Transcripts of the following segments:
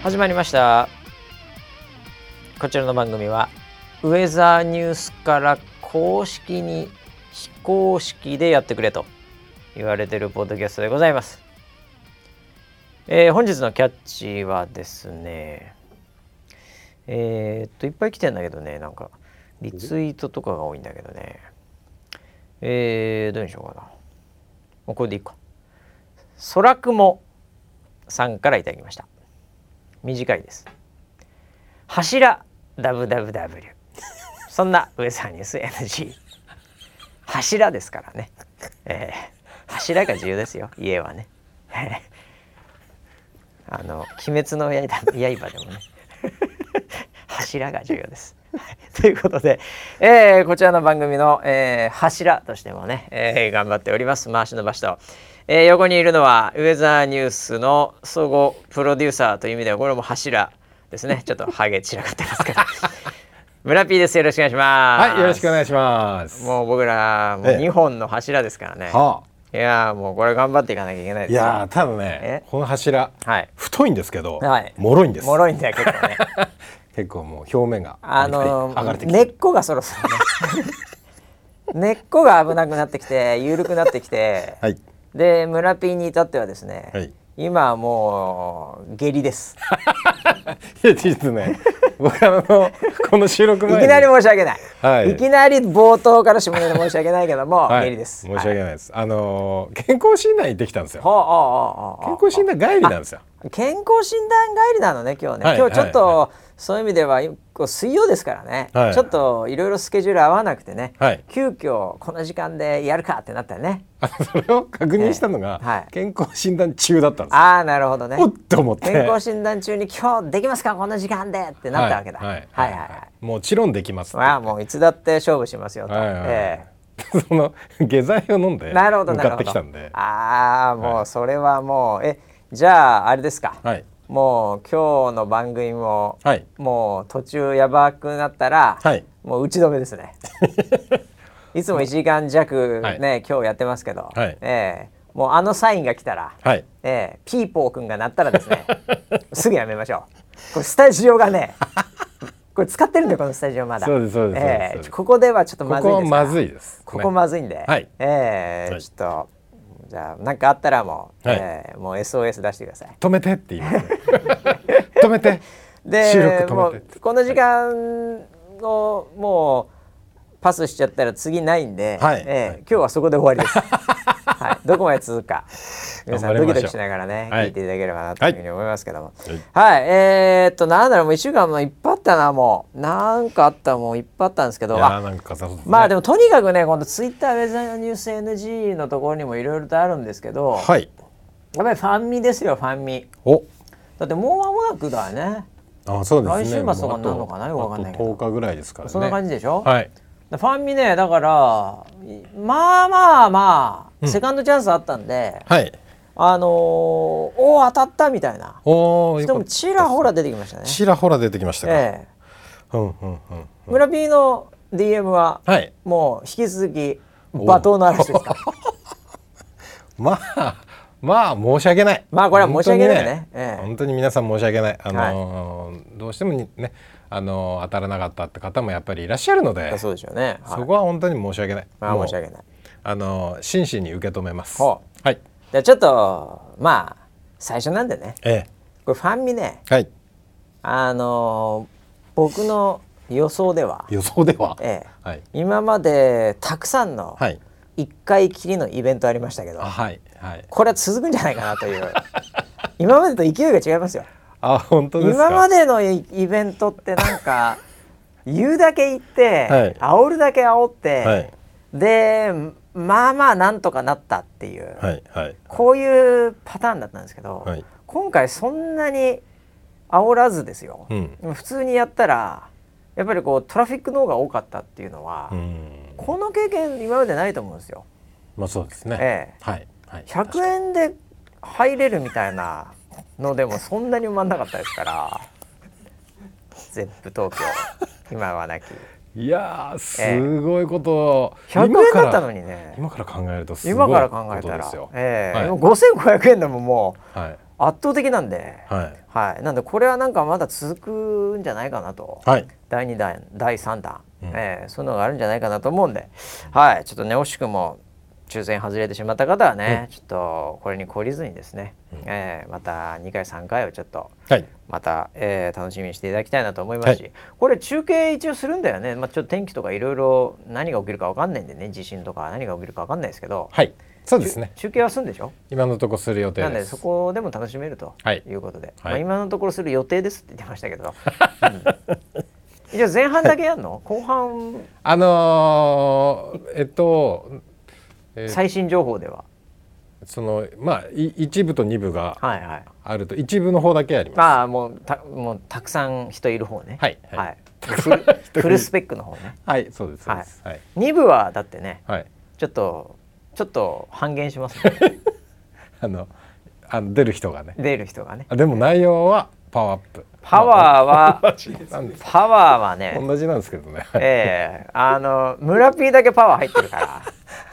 始まりました。こちらの番組はウェザーニュースから公式に非公式でやってくれと言われているポッドキャストでございます。本日のキャッチはですね、いっぱい来てんだけどね、なんかリツイートとかが多いんだけどね、どうにしようかな。もうこれでいいか。空雲さんからいただきました。短いです。柱 WWW そんなウェザーニュース NG 柱ですからね、柱が重要ですよ。家はね鬼滅の刃でもね柱が重要ですということで、こちらの番組の、柱としてもね、頑張っております。回しの場所と、横にいるのはウェザーニュースの総合プロデューサーという意味ではこれも柱ですね。ちょっとハゲ散らかってますから村 P です。よろしくお願いします。 はい、よろしくお願いします。 もう僕らもう2本の柱ですからね。いやもうこれ頑張っていかなきゃいけないですよ。 いや多分ね、この柱、はい、太いんですけど、 はい、 脆いんです。 脆いんだよ結構ね結構もう表面が上がってきて、 根っこがそろそろね根っこが危なくなってきて緩くなってきて、はい、で村 P に至ってはですね、はい、今はもう下痢ですいや実ね僕この収録前にいきなり申し訳ない、 はい、 いきなり冒頭から下ネタ申し訳ないけども、はい、下痢です。 申し訳ないです、はい、健康診断行ってきたんですよ。健康診断帰りなんですよ。 健康診断帰りなのね今日ね、はい、今日ちょっと、はい、そういう意味では水曜ですからね、はい、ちょっといろいろスケジュール合わなくてね、はい、急遽この時間でやるかってなったよね。 それを確認したのが、はい、健康診断中だったんですよ。 ああなるほどね。 おっと思って健康診断中に今日できますかこの時間でってなったわけだ。はいはいはい。 もちろんできますって。 もういつだって勝負しますよと。 その下剤を飲んで向かってきたんで。 もうそれはもうじゃああれですか。はい、もう今日の番組も、はい、もう途中やばくなったら、はい、もう打ち止めですねいつも1時間弱ね、はい、今日やってますけど、はい、もうあのサインが来たら、はい、ピーポーくんが鳴ったらですねすぐやめましょう。これスタジオがねこれ使ってるんでこのスタジオまだ。 そうですそうです。 ここではちょっとまずいです。 ここまずいです、ね、 ここまずいんで、はい、ちょっとじゃあ何かあったらもう、はい、もう SOS 出してください。 止めてって言いますね止めてで収録止めてこの時間をもうパスしちゃったら次ないんで、はい今日はそこで終わりです、はい、どこまで続くか皆さんドキドキしながらね、聞いていただければなというふうに思いますけども、はい、なんだろうもう1週間もいっぱいあったな。もうなんかあったもういっぱいあったんですけど、まあでもとにかくね今度ツイッターウェザーニュース NG のところにもいろいろとあるんですけど、はい、やっぱりファンミですよ。ファンミだってもう間もなくだね。 そうですね。 来週末とかになるのかなよくわかんないけど 10日ぐらいですからね。 そんな感じでしょ。 はい、 ファンミねだからまあ、セカンドチャンスあったんで、はい、当たったみたいな人もちらほら出てきましたね。 ちらほら出てきましたか。 村 P の DM は、はい、もう引き続き罵倒の嵐ですかまあ申し訳ない。 まあこれは申し訳ないね。 本当に皆さん申し訳ない。どうしてもね当たらなかったって方もやっぱりいらっしゃるので、 そうでしょうね。 そこは本当に申し訳ない。 申し訳ない。 真摯に受け止めます。 はい。じゃあちょっとまあ最初なんでね。これファンミね。はい。僕の予想では。はい。今までたくさんの1回きりのイベントありましたけど、はいはい。これは続くんじゃないかなという。今までと勢いが違いますよ。 本当ですか。 今までのイベントってなんか言うだけ言って、はい、煽るだけ煽って、はい、でまあなんとかなったっていう、はいはい、こういうパターンだったんですけど、はい、今回そんなに煽らずですよ、普通にやったらやっぱりこうトラフィックの方が多かったっていうのは、この経験今までないと思うんですよ。 まあそうですね、はいはい、100円で入れるみたいなのでもそんなに埋まんなかったですからゼップ東京今はなき。 いやすごいことを、 100円だったのにね。 今から考えるとすごいことですよ。 今5500円でももう、 圧倒的なんで、 はいなんでこれはなんかまだ続くんじゃないかなと、第2弾第3弾、そういうのがあるんじゃないかなと思うんで、ちょっとね惜しくも抽選外れてしまった方はね、ちょっとこれに懲りずにですね、また2回3回をちょっとまた、楽しみにしていただきたいなと思いますし、これ中継一応するんだよね。ちょっと天気とかいろいろ何が起きるか分かんないんでね、地震とか何が起きるか分かんないですけど、 そうですね。 中継はするんでしょ。 今のところする予定です。 なんでそこでも楽しめるということで、今のところする予定ですって言ってましたけど、じゃあ前半だけやんの？後半最新情報ではその1部と2部があると、1部の方だけやります。 もうたくさん人いる方ね。フルスペックの方ね。 そうです。 2部はだってね、ちょっと半減しますね。 出る人がね。でも内容はパワーアップ。 パワーはね同じなんですけどね。 村 P だけパワー入ってるから。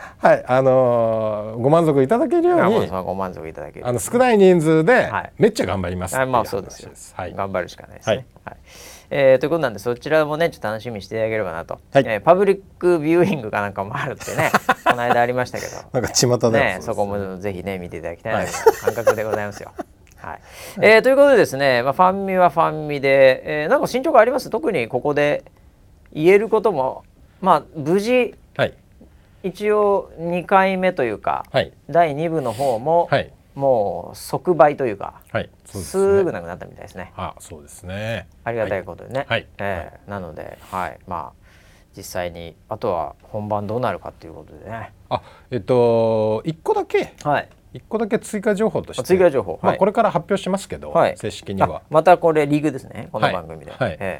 ご満足いただけるように、 ご満足いただける少ない人数でめっちゃ頑張ります。 そうですよ。頑張るしかないですね。ということなんで、そちらもねちょっと楽しみにしていただければなと。パブリックビューイングかなんかもあるってねこの間ありましたけど、 なんか巷でね、 そこもぜひね見ていただきたいなという感覚でございますよ。ということでですね、ファンミはファンミで、なんか進捗あります？特にここで言えることも、無事、一応2回目というか、第2部の方も、もう即売というか、すぐなくなったみたいですね。 そうですね。 ありがたいことでね。なので、実際にあとは本番どうなるかっていうことでね。 1個だけ。1個だけ追加情報として、これから発表しますけど、正式にはまたこれリーグですね、この番組で。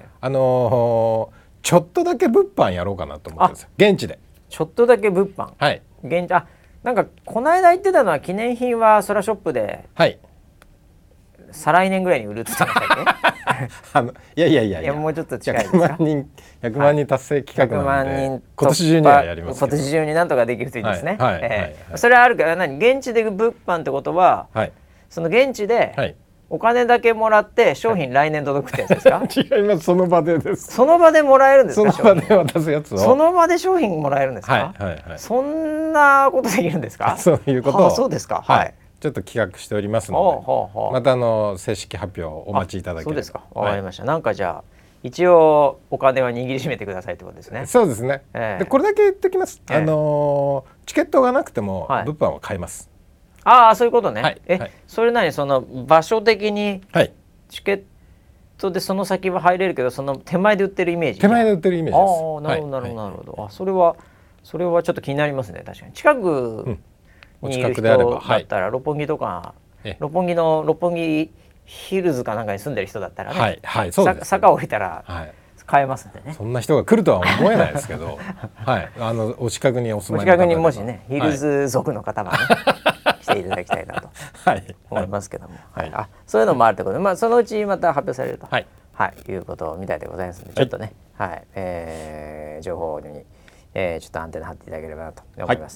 ちょっとだけ物販やろうかなと思ってるんですよ、現地で。 ちょっとだけ物販、現地、なんかこの間言ってたのは記念品はソラショップで、再来年ぐらいに売るって言ってましたっけ？いやもうちょっと近いですか。 100万人達成企画なんで、今年中にはやりますけど、 今年中になんとかできるといいですね。それはあるから、現地で物販ってことは、その現地でお金だけもらって商品来年届くってやつですか？ 違います、その場でです。 その場でもらえるんですか？ その場で渡すやつを。 その場で商品もらえるんですか？そんなことできるんですか？ そういうことを。 そうですか。 ちょっと企画しておりますので、また正式発表お待ちいただければ。 そうですか。わかりました。なんかじゃあ一応お金は握りしめてくださいってことですね。 そうですね。でこれだけ言っておきます。チケットがなくても物販は買えます。 そういうことね。それなにその場所的にチケットでその先は入れるけど、その手前で売ってるイメージ。 手前で売ってるイメージです。 なるほどなるほど。それはちょっと気になりますね。確かに近くにいる人だったら、六本木とか六本木ヒルズかなんかに住んでる人だったらね、坂降りたら買えますんでね。 そんな人が来るとは思えないですけど、お近くにお住まいの方で、 お近くにもしねヒルズ族の方はね来ていただきたいなと思いますけども、そういうのもあるということで、そのうちまた発表されるということみたいでございますので、ちょっとね情報にちょっとアンテナ張っていただければなと思います。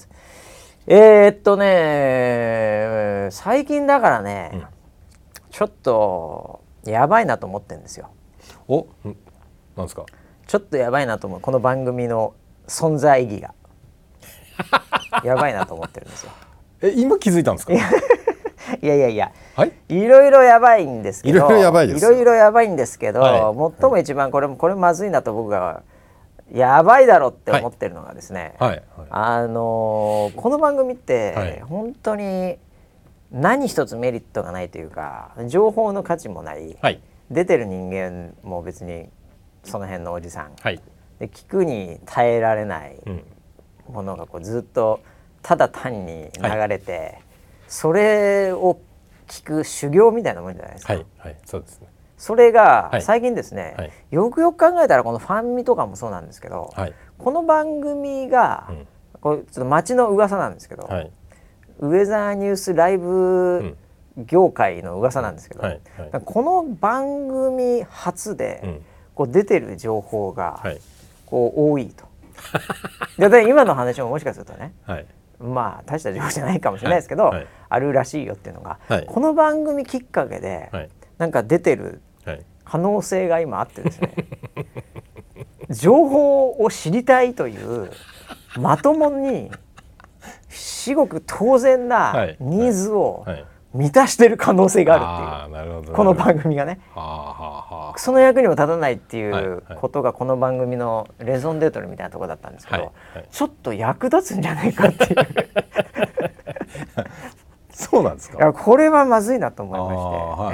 最近だからね、ちょっとやばいなと思ってるんですよ。 なんですか？ ちょっとやばいなと思う、この番組の存在意義がやばいなと思ってるんですよ。 今気づいたんですか？ いやいろいろやばいんですけど、いろいろやばいんですけど、最も一番これまずいなと僕がやばいだろって思ってるのがですね、この番組って本当に何一つメリットがないというか、情報の価値もない、出てる人間も別にその辺のおじさん、で聞くに耐えられないものがずっとただ単に流れて、それを聞く修行みたいなもんじゃないですか。 そうですね。 それが最近ですね、よくよく考えたらこのファンミとかもそうなんですけど、この番組が、これちょっと街の噂なんですけど、ウェザーニュースライブ業界の噂なんですけど、この番組初で出てる情報が多いと。で今の話ももしかするとね、 まあ大した情報じゃないかもしれないですけど、あるらしいよっていうのが、この番組きっかけでなんか出てる可能性が今あってですね情報を知りたいというまともに至極当然なニーズを満たしてる可能性があるっていう、この番組がね、その役にも立たないっていうことがこの番組のレゾンデートルみたいなところだったんですけど、ちょっと役立つんじゃないかっていうそうなんですか。 いやこれはまずいなと思いまして、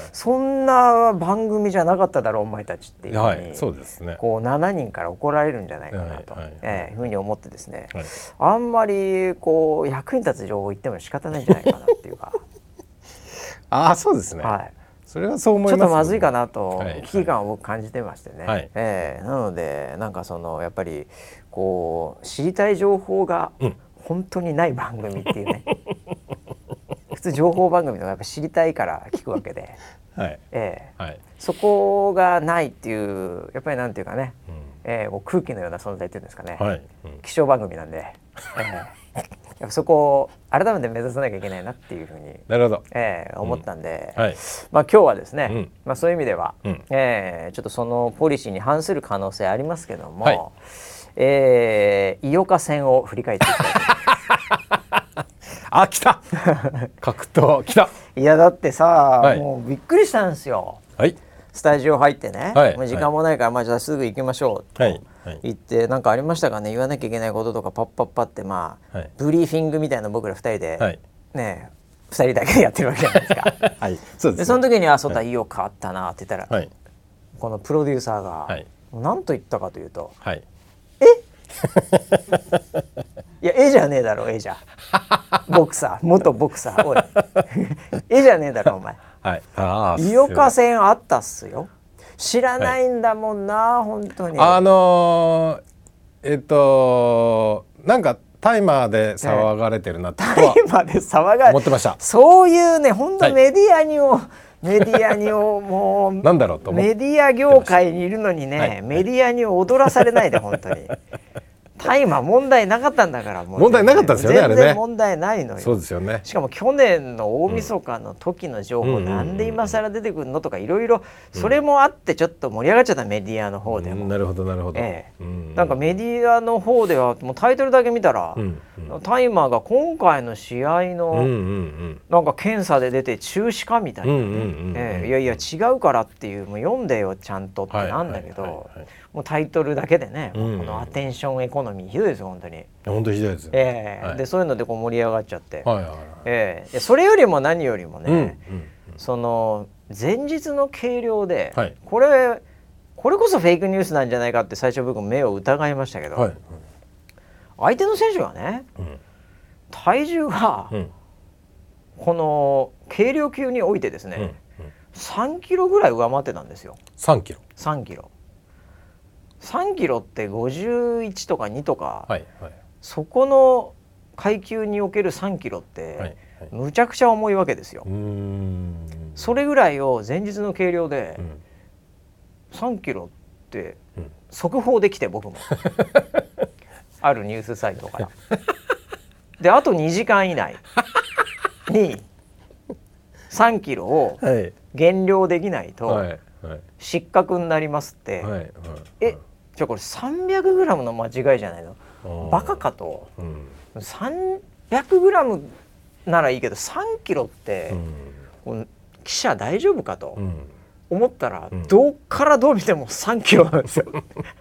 そんな番組じゃなかっただろうお前たちっていうふうに、そうですね、こう7人から怒られるんじゃないかなというふうに思ってですね、あんまりこう役に立つ情報言っても仕方ないんじゃないかなっていうかそうですね、それはそう思います、 ちょっとまずいかなと危機感を僕感じてましてね、なのでなんかそのやっぱりこう知りたい情報が本当にない番組っていうね普通情報番組とかやっぱ知りたいから聞くわけで、そこがないっていうやっぱりなんていうかね、こう空気のような存在っていうんですかね、気象番組なんで、やっぱそこを改めて目指さなきゃいけないなっていうふうに思ったんで、まあ今日はですね、まあそういう意味では、ちょっとそのポリシーに反する可能性ありますけども、井岡戦を振り返っていきたいと思います。 来た格闘来た。 いやだってさ、もうびっくりしたんですよ、スタジオ入ってね、もう時間もないから、まあじゃあすぐ行きましょうと言って、何かありましたかね、言わなきゃいけないこととかパッパッパって、まあブリーフィングみたいなの僕ら2人でね、2人だけでやってるわけじゃないですかでその時にそうだ井岡あったなって言ったら、このプロデューサーが何と言ったかというと、いや絵じゃねえだろ、絵じゃボクサー元ボクサーおい絵じゃねえだろお前、井岡戦あったっすよ、知らないんだもんな、本当になんかタイマーで騒がれてるなってタイマーで騒がれ思ってました。 そういうね、本当メディアにもうなんだろうとメディア業界にいるのにね、メディアに踊らされないで本当に大麻問題なかったんだから、もう問題なかったですよね、あれね。 全然問題ないのよ。 そうですよね。 しかも去年の大晦日の時の情報、なんで今更出てくるのとかいろいろ、それもあってちょっと盛り上がっちゃった、メディアの方でも。 なるほどなるほど。 なんかメディアの方ではもうタイトルだけ見たら、大麻が今回の試合のなんか検査で出て中止かみたいな、いやいや違うからっていう、もう読んでよちゃんとってなんだけど、もうタイトルだけでね、このアテンションエコノミーひどいですよ本当に。 本当ひどいです。 でそういうのでこう盛り上がっちゃって、それよりも何よりもね、その前日の計量で、これこそフェイクニュースなんじゃないかって最初僕目を疑いましたけど、相手の選手がね、体重がこの計量級においてですね、3キロぐらい上回ってたんですよ。3キロって51とか2とか、そこの階級における3キロって、むちゃくちゃ重いわけですよ。それぐらいを前日の計量で、3キロって速報できて、僕もあるニュースサイトからで、あと2時間以内に3キロを減量できないと失格になりますって、じゃあこれ 300g の間違いじゃないの、バカかと、300g ならいいけど3キロって、記者大丈夫かと思ったら、どっからどう見ても3キロなんですよ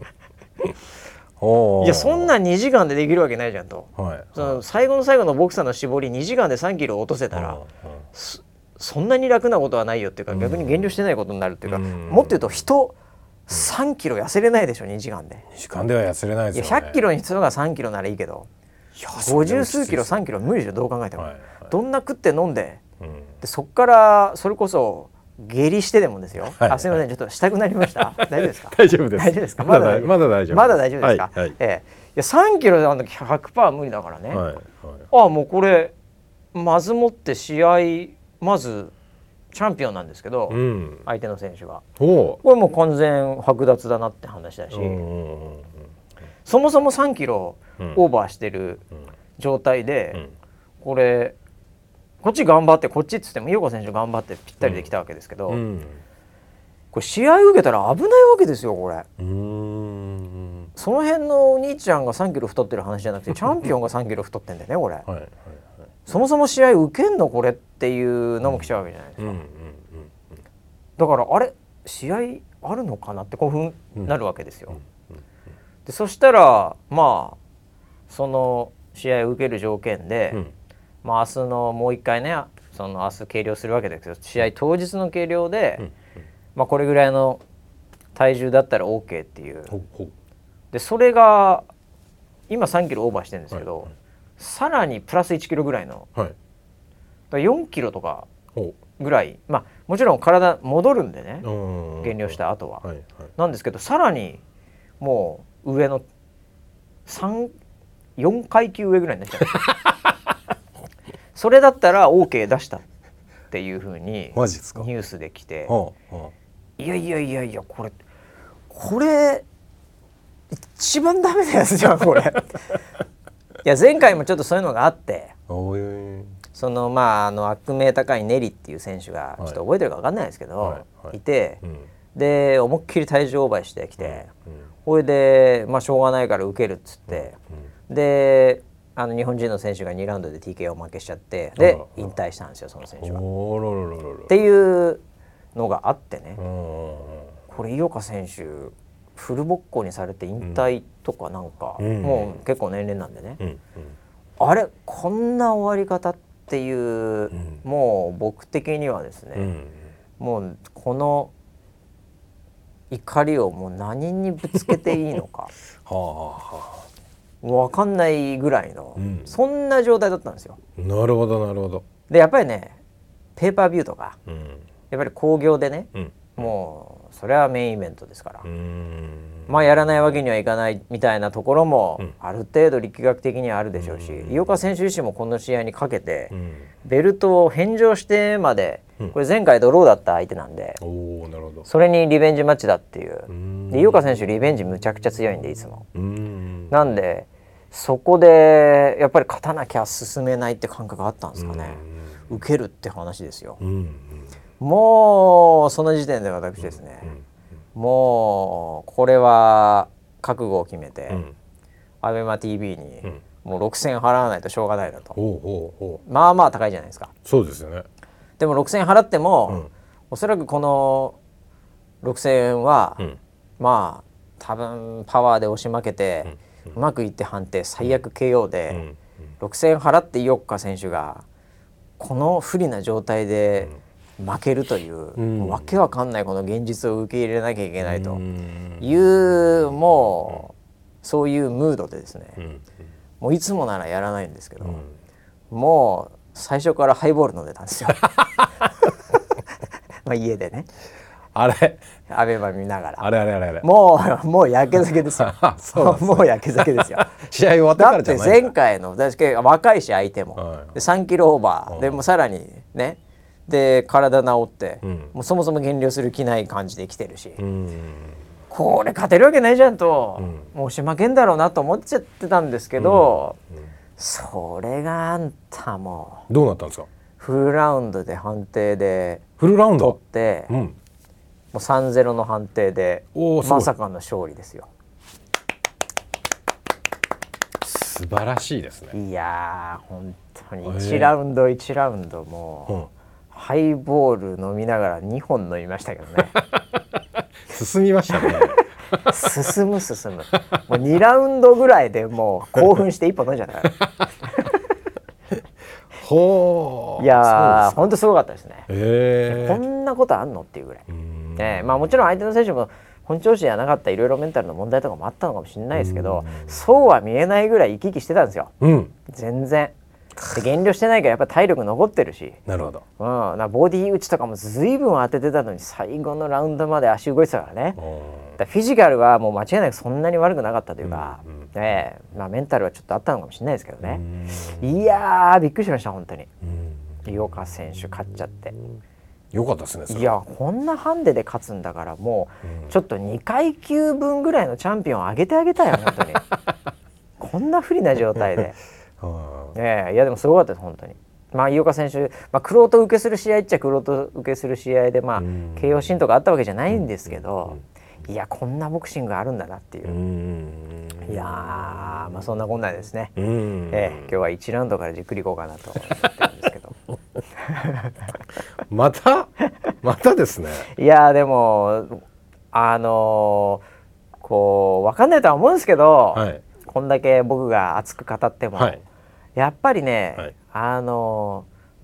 いやそんな2時間でできるわけないじゃんと、その最後の最後のボクサーの絞り2時間で3キロ落とせたら、そんなに楽なことはないよっていうか、逆に減量してないことになるっていうか、もっと言うと人3キロ痩せれないでしょ2時間で。 2時間では痩せれないですよね。 いや100キロに人が3キロならいいけど、50数キロ3キロ無理でしょ、どう考えても。どんな食って飲んで、でそっからそれこそ下痢してでもですよ。すみません、ちょっとしたくなりました。大丈夫ですか？ 大丈夫です。 大丈夫ですか？ まだ大丈夫。 まだ大丈夫ですか？いや3キロで100% 無理だからね。もうこれまずもって試合まずチャンピオンなんですけど、相手の選手がこれもう完全剥奪だなって話だし、そもそも3キロオーバーしてる状態で、これこっち頑張ってこっちっつっても井岡選手頑張ってぴったりできたわけですけど、これ試合受けたら危ないわけですよこれ。その辺のお兄ちゃんが3キロ太ってる話じゃなくてチャンピオンが3キロ太ってんだよねこれ。そもそも試合受けんのこれっていうのも来ちゃうわけじゃないですか。だからあれ試合あるのかなって興奮なるわけですよ。でそしたらまあその試合を受ける条件で、まあ、明日のもう一回ねその明日計量するわけですけど試合当日の計量で、まあ、これぐらいの体重だったら OK っていうでそれが今3キロオーバーしてるんですけど、さらにプラス1キロぐらいの、だから4キロとかぐらい、まあもちろん体戻るんでね減量した後は、なんですけどさらにもう上の4階級上ぐらいになっちゃうそれだったら OK 出したっていう風にニュースで来て、いやこれ一番ダメなやつじゃんこれいや前回もちょっとそういうのがあってそのまあ悪名高いネリっていう選手がちょっと覚えてるか分かんないですけど、いて、で思いっきり体重オーバーしてきて、これでまあしょうがないから受けるっつって、で日本人の選手が2ラウンドで TKO 負けしちゃってで引退したんですよその選手は。っていうのがあってね、これ井岡選手フルボッコにされて引退とかなんか、もう結構年齢なんでね、あれこんな終わり方っていう、もう僕的にはですね、もうこの怒りをもう何にぶつけていいのか分かんないぐらいの、そんな状態だったんですよ。 なるほどなるほど。 でやっぱりねペーパービューとか、やっぱり興行でね、もうそれはメインイベントですから、まあやらないわけにはいかないみたいなところもある程度力学的にはあるでしょうし、井岡選手自身もこの試合にかけて、ベルトを返上してまで、これ前回ドローだった相手なんで、それにリベンジマッチだっていう、で井岡選手リベンジむちゃくちゃ強いんでいつも、なんでそこでやっぱり勝たなきゃ進めないって感覚があったんですかね。受けるって話ですよ。もうその時点で私ですね、もうこれは覚悟を決めて、ABEMATV にもう6000円払わないとしょうがないだと。まあまあ高いじゃないですか。 そうですよね。 でも6000円払っても、おそらくこの6000円は、まあ多分パワーで押し負けて、うまくいって判定最悪 KO で、6000円払って井岡選手がこの不利な状態で負けるという、わけわかんないこの現実を受け入れなきゃいけないという、もうそういうムードでですね、もういつもならやらないんですけど、もう最初からハイボール飲んでたんですよまあ家でね、 あれアベマ見ながら、 あれもうやけ酒ですよもうやけ酒ですよ試合終わってからじゃない。 だって前回の確か若いし相手も、で3キロオーバーでもさらにね、で体治って、もうそもそも減量する気ない感じで来てるし、これ勝てるわけないじゃんと、もう押し負けんだろうなと思っちゃってたんですけど、それがあんたもどうなったんですか。 フルラウンドで判定でフルラウンド取って、もう 3-0 の判定でまさかの勝利ですよ。 素晴らしいですね。 いやー本当に1ラウンド1ラウンドもハイボール飲みながら2本飲みましたけどね進みましたね進むもう2ラウンドぐらいでもう興奮して1本飲んじゃったほー、 いやー本当すごかったですね。こんなことあんのっていうぐらい、まあもちろん相手の選手も本調子じゃなかった、いろいろメンタルの問題とかもあったのかもしれないですけど、そうは見えないぐらい生き生きしてたんですよ、全然で減量してないからやっぱり体力残ってるし、 なるほど、 ボディ打ちとかも随分当ててたのに最後のラウンドまで足動いてたからね。だからフィジカルはもう間違いなくそんなに悪くなかったというか、まあ、メンタルはちょっとあったのかもしれないですけどね。いやーびっくりしました本当に。井岡選手勝っちゃってよかったですね。 いやこんなハンデで勝つんだからもうちょっと2階級分ぐらいのチャンピオン上げてあげたいよ本当にこんな不利な状態でいやでもすごかったです本当に。井岡選手、玄人受けする試合っちゃ玄人受けする試合でKOシーンとかあったわけじゃないんですけど、いやこんなボクシングがあるんだなっていう。いやそんなこんなですね。今日は1ラウンドからじっくりいこうかなと思ってるんですけどまたですね。 いやでもこう分かんないとは思うんですけど、はい、こんだけ僕が熱く語っても、はい、やっぱりね、はい、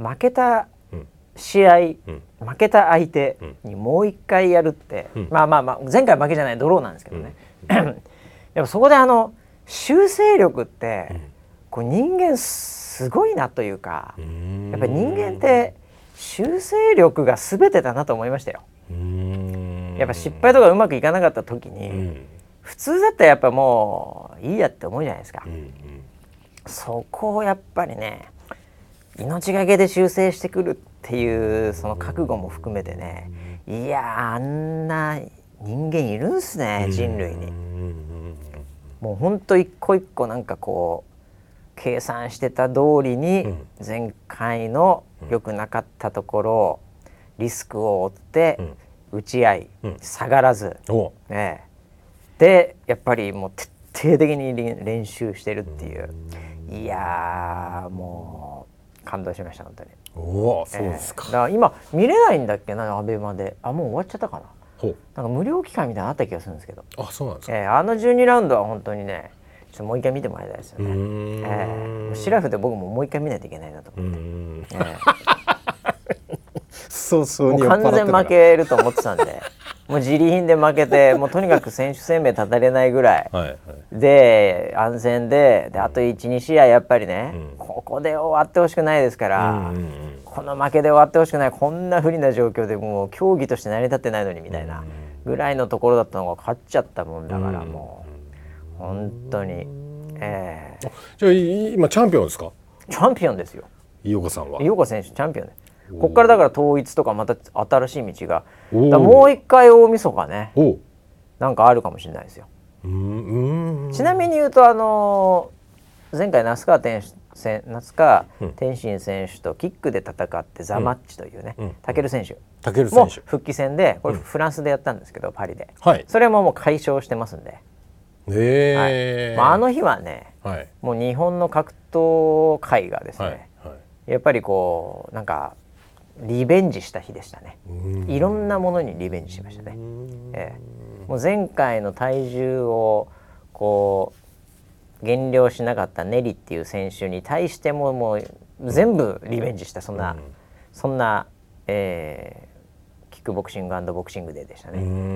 負けた試合、負けた相手にもう一回やるって、前回負けじゃないドローなんですけどね、でもそこで修正力って、こう人間すごいなというか、やっぱり人間って修正力が全てだなと思いましたよ。やっぱ失敗とかうまくいかなかった時に、普通だったらやっぱもういいやって思うじゃないですか。そこをやっぱりね、命がけで修正してくるっていうその覚悟も含めてね、いやあんな人間いるんすね、人類に。もうほんと一個一個なんかこう計算してた通りに、前回の良くなかったところをリスクを負って打ち合い、下がらず、でやっぱりもう徹底的に練習してるっていう、いやもう感動しました本当に。 そうですか。 だから今見れないんだっけな、アベマで。もう終わっちゃったかな。なんか無料期間みたいなのあった気がするんですけど。 そうなんですか。 12ラウンドは本当にね、ちょっともう一回見てもらいたいですよね。シラフで僕ももう一回見ないといけないなと思って。 そうもう完全負けると思ってたんで、もう自利品で負けて、もうとにかく選手生命絶たれないぐらい、で安全であと 1,2 試合やっぱりね、ここで終わってほしくないですから、この負けで終わってほしくない。こんな不利な状況でもう競技として成り立ってないのにみたいなぐらいのところだったのが勝っちゃったもんだから、もう本当に、 じゃあ今チャンピオンですか？ チャンピオンですよ、 井岡さんは。 井岡選手チャンピオンです。ここからだから統一とかまた新しい道が、もう一回大晦日ね、なんかあるかもしれないですよ。ちなみに言うと前回那須川天心選手とキックで戦ってザ・マッチというね、タケル選手も復帰戦で、これフランスでやったんですけど、パリで、それももう解消してますんで、あの日はね、もう日本の格闘界がですね、やっぱりこうなんかリベンジした日でしたね。いろんなものにリベンジしましたね。もう前回の体重をこう減量しなかったネリっていう選手に対してももう全部リベンジした、そんな、キックボクシング&ボクシングデーでした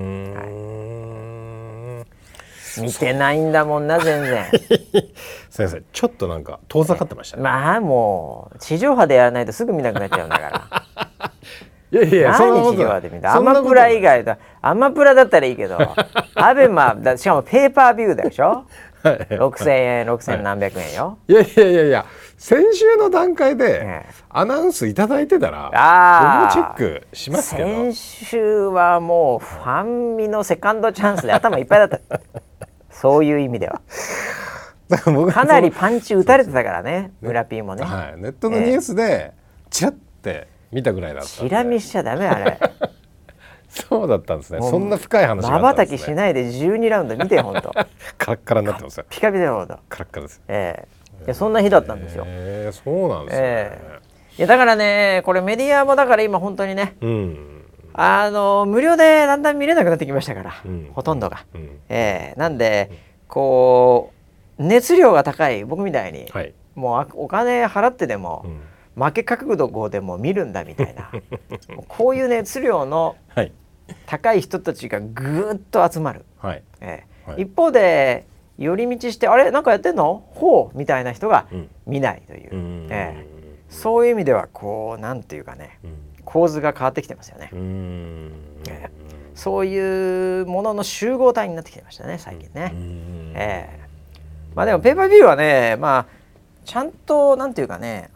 ね。見てないんだもんな全然。 先生ちょっとなんか遠ざかってましたね。 もう地上波でやらないとすぐ見なくなっちゃうんだから。 いや何地上波で見た？アマプラ以外だ。アマプラだったらいいけど、アベマしかもペーパービューでしょ。6,000円6,000何百円よ。 いや先週の段階でアナウンスいただいてたら僕もチェックしますけど、 先週はもうファンミのセカンドチャンスで頭いっぱいだった。そういう意味ではかなりパンチ打たれてたからね、村ピーもね、 ネットのニュースでチラッて見たぐらいだったんで。 チラ見しちゃダメあれ。 そうだったんですね。そんな深い話があったんですね。 まばたきしないで12ラウンド見てよ本当。 カラッカラになってますよ。 ピカピカだよほんと。 カラッカラです。 いやそんな日だったんですよ。 そうなんですね。 いやだからね、これメディアもだから今本当にね、無料でだんだん見れなくなってきましたから、ほとんどが、なんでこう熱量が高い僕みたいに、もうお金払ってでも、負け覚悟でも見るんだみたいなこういう熱量の高い人たちがぐーっと集まる、一方で寄り道してあれなんかやってんのほうみたいな人が見ないという、そういう意味ではこうなんていうかね、構図が変わってきてますよね。そういうものの集合体になってきてましたね最近ね。でもペーパービューはね、ちゃんとなんていうかね、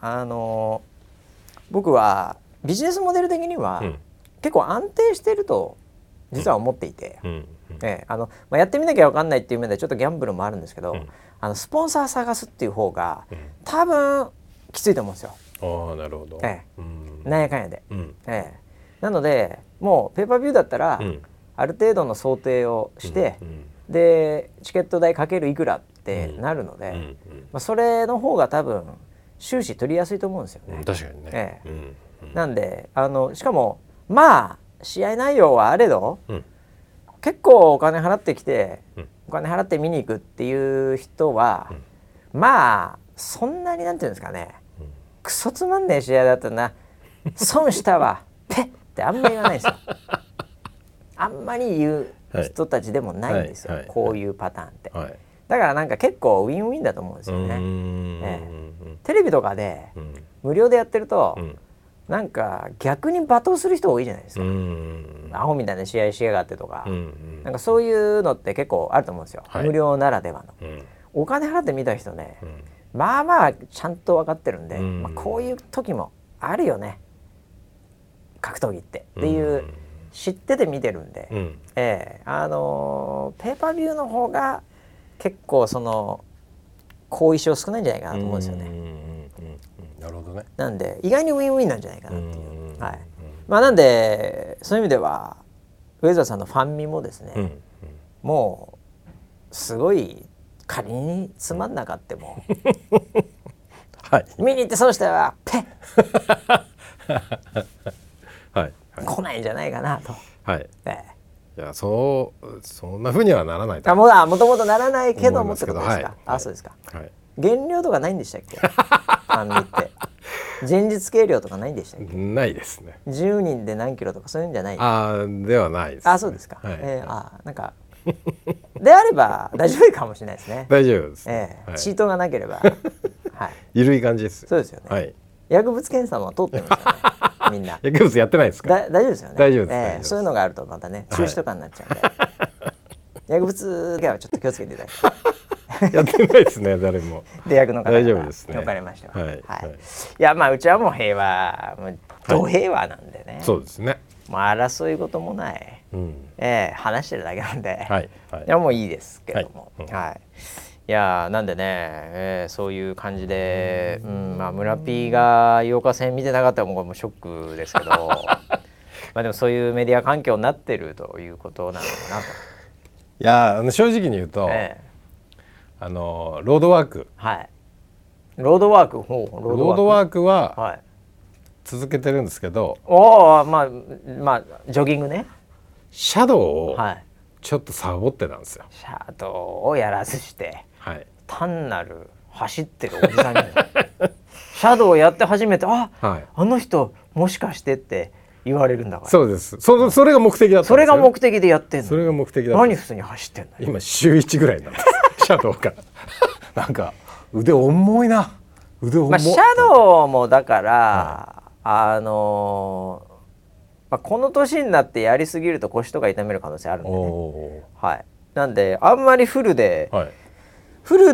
僕はビジネスモデル的には、結構安定してると実は思っていて、やってみなきゃ分かんないっていう面でちょっとギャンブルもあるんですけど、スポンサー探すっていう方が、多分きついと思うんですよ。 ああ、なるほど。 なんやかんやで、なのでもうペーパービューだったら、ある程度の想定をして、でチケット代かけるいくらってなるので、それの方が多分収支取りやすいと思うんですよね。 確かにね。 なんでしかもまあ試合内容はあれど、結構お金払ってきて、お金払って見に行くっていう人は、まあそんなになんていうんですかね、クソつまんねえ試合だったな、損したわペッってあんまり言わないんですよ。あんまり言う人たちでもないんですよ、こういうパターンって。だからなんか結構ウィンウィンだと思うんですよね。テレビとかで無料でやってると、なんか逆に罵倒する人多いじゃないですか。アホみたいな試合しやがってとか、なんかそういうのって結構あると思うんですよ、無料ならではの。お金払って見た人ね、まあまあちゃんと分かってるんで、こういう時もあるよね、格闘技ってっていう知ってて見てるんで、ペーパービューの方が結構その後遺症少ないんじゃないかなと思うんですよね。 なるほどね。 なんで意外にウィンウィンなんじゃないかなっていう。なんでそういう意味では上澤さんのファンミもですね、もうすごい仮につまんなかっても見に行ってそうしたらペッ来ないんじゃないかなと。 いや、そんな風にはならないと。 もともとならないけどもってことですか。そうですか。減量とかないんでしたっけ？ファンミって前日計量とかないんでしたっけ？ ないですね。 10人で何キロとかそういうんじゃない？ ではないです。 そうですか。なんかであれば大丈夫かもしれないですね。 大丈夫です。 チートがなければゆるい感じです。 そうですよね。薬物検査も通ってますよね。みんな薬物やってないですか？ 大丈夫ですよね。 大丈夫です。 そういうのがあるとまたね、中止とかになっちゃうんで、薬物だけはちょっと気をつけていただきたい。 やってないですね、誰も。 出役の方々 大丈夫ですね。 わかりました。いや、うちはもう平和、ど平和なんでね。 そうですね。 争い事もない、話してるだけなんで、いやもういいですけども、いやなんでね、そういう感じで、村 P が8日戦見てなかったらもうショックですけどでもそういうメディア環境になってるということなのかなと。 いや正直に言うと、ロードワーク、 ロードワークは続けてるんですけど、 ジョギングね、 シャドウをちょっとサボってたんですよ。 シャドウをやらずして、単なる走ってるおじさんにシャドウをやって初めてあの人もしかしてって言われるんだから。 そうです。それが目的だったんですよ。 それが目的でやってんの。 それが目的だった。 何普通に走ってんの。 今週1ぐらいなんですシャドウがなんか腕重いな、腕重い。 シャドウもだから、この年になってやりすぎると腰とか痛める可能性あるんでね。なんであんまりフルで、フル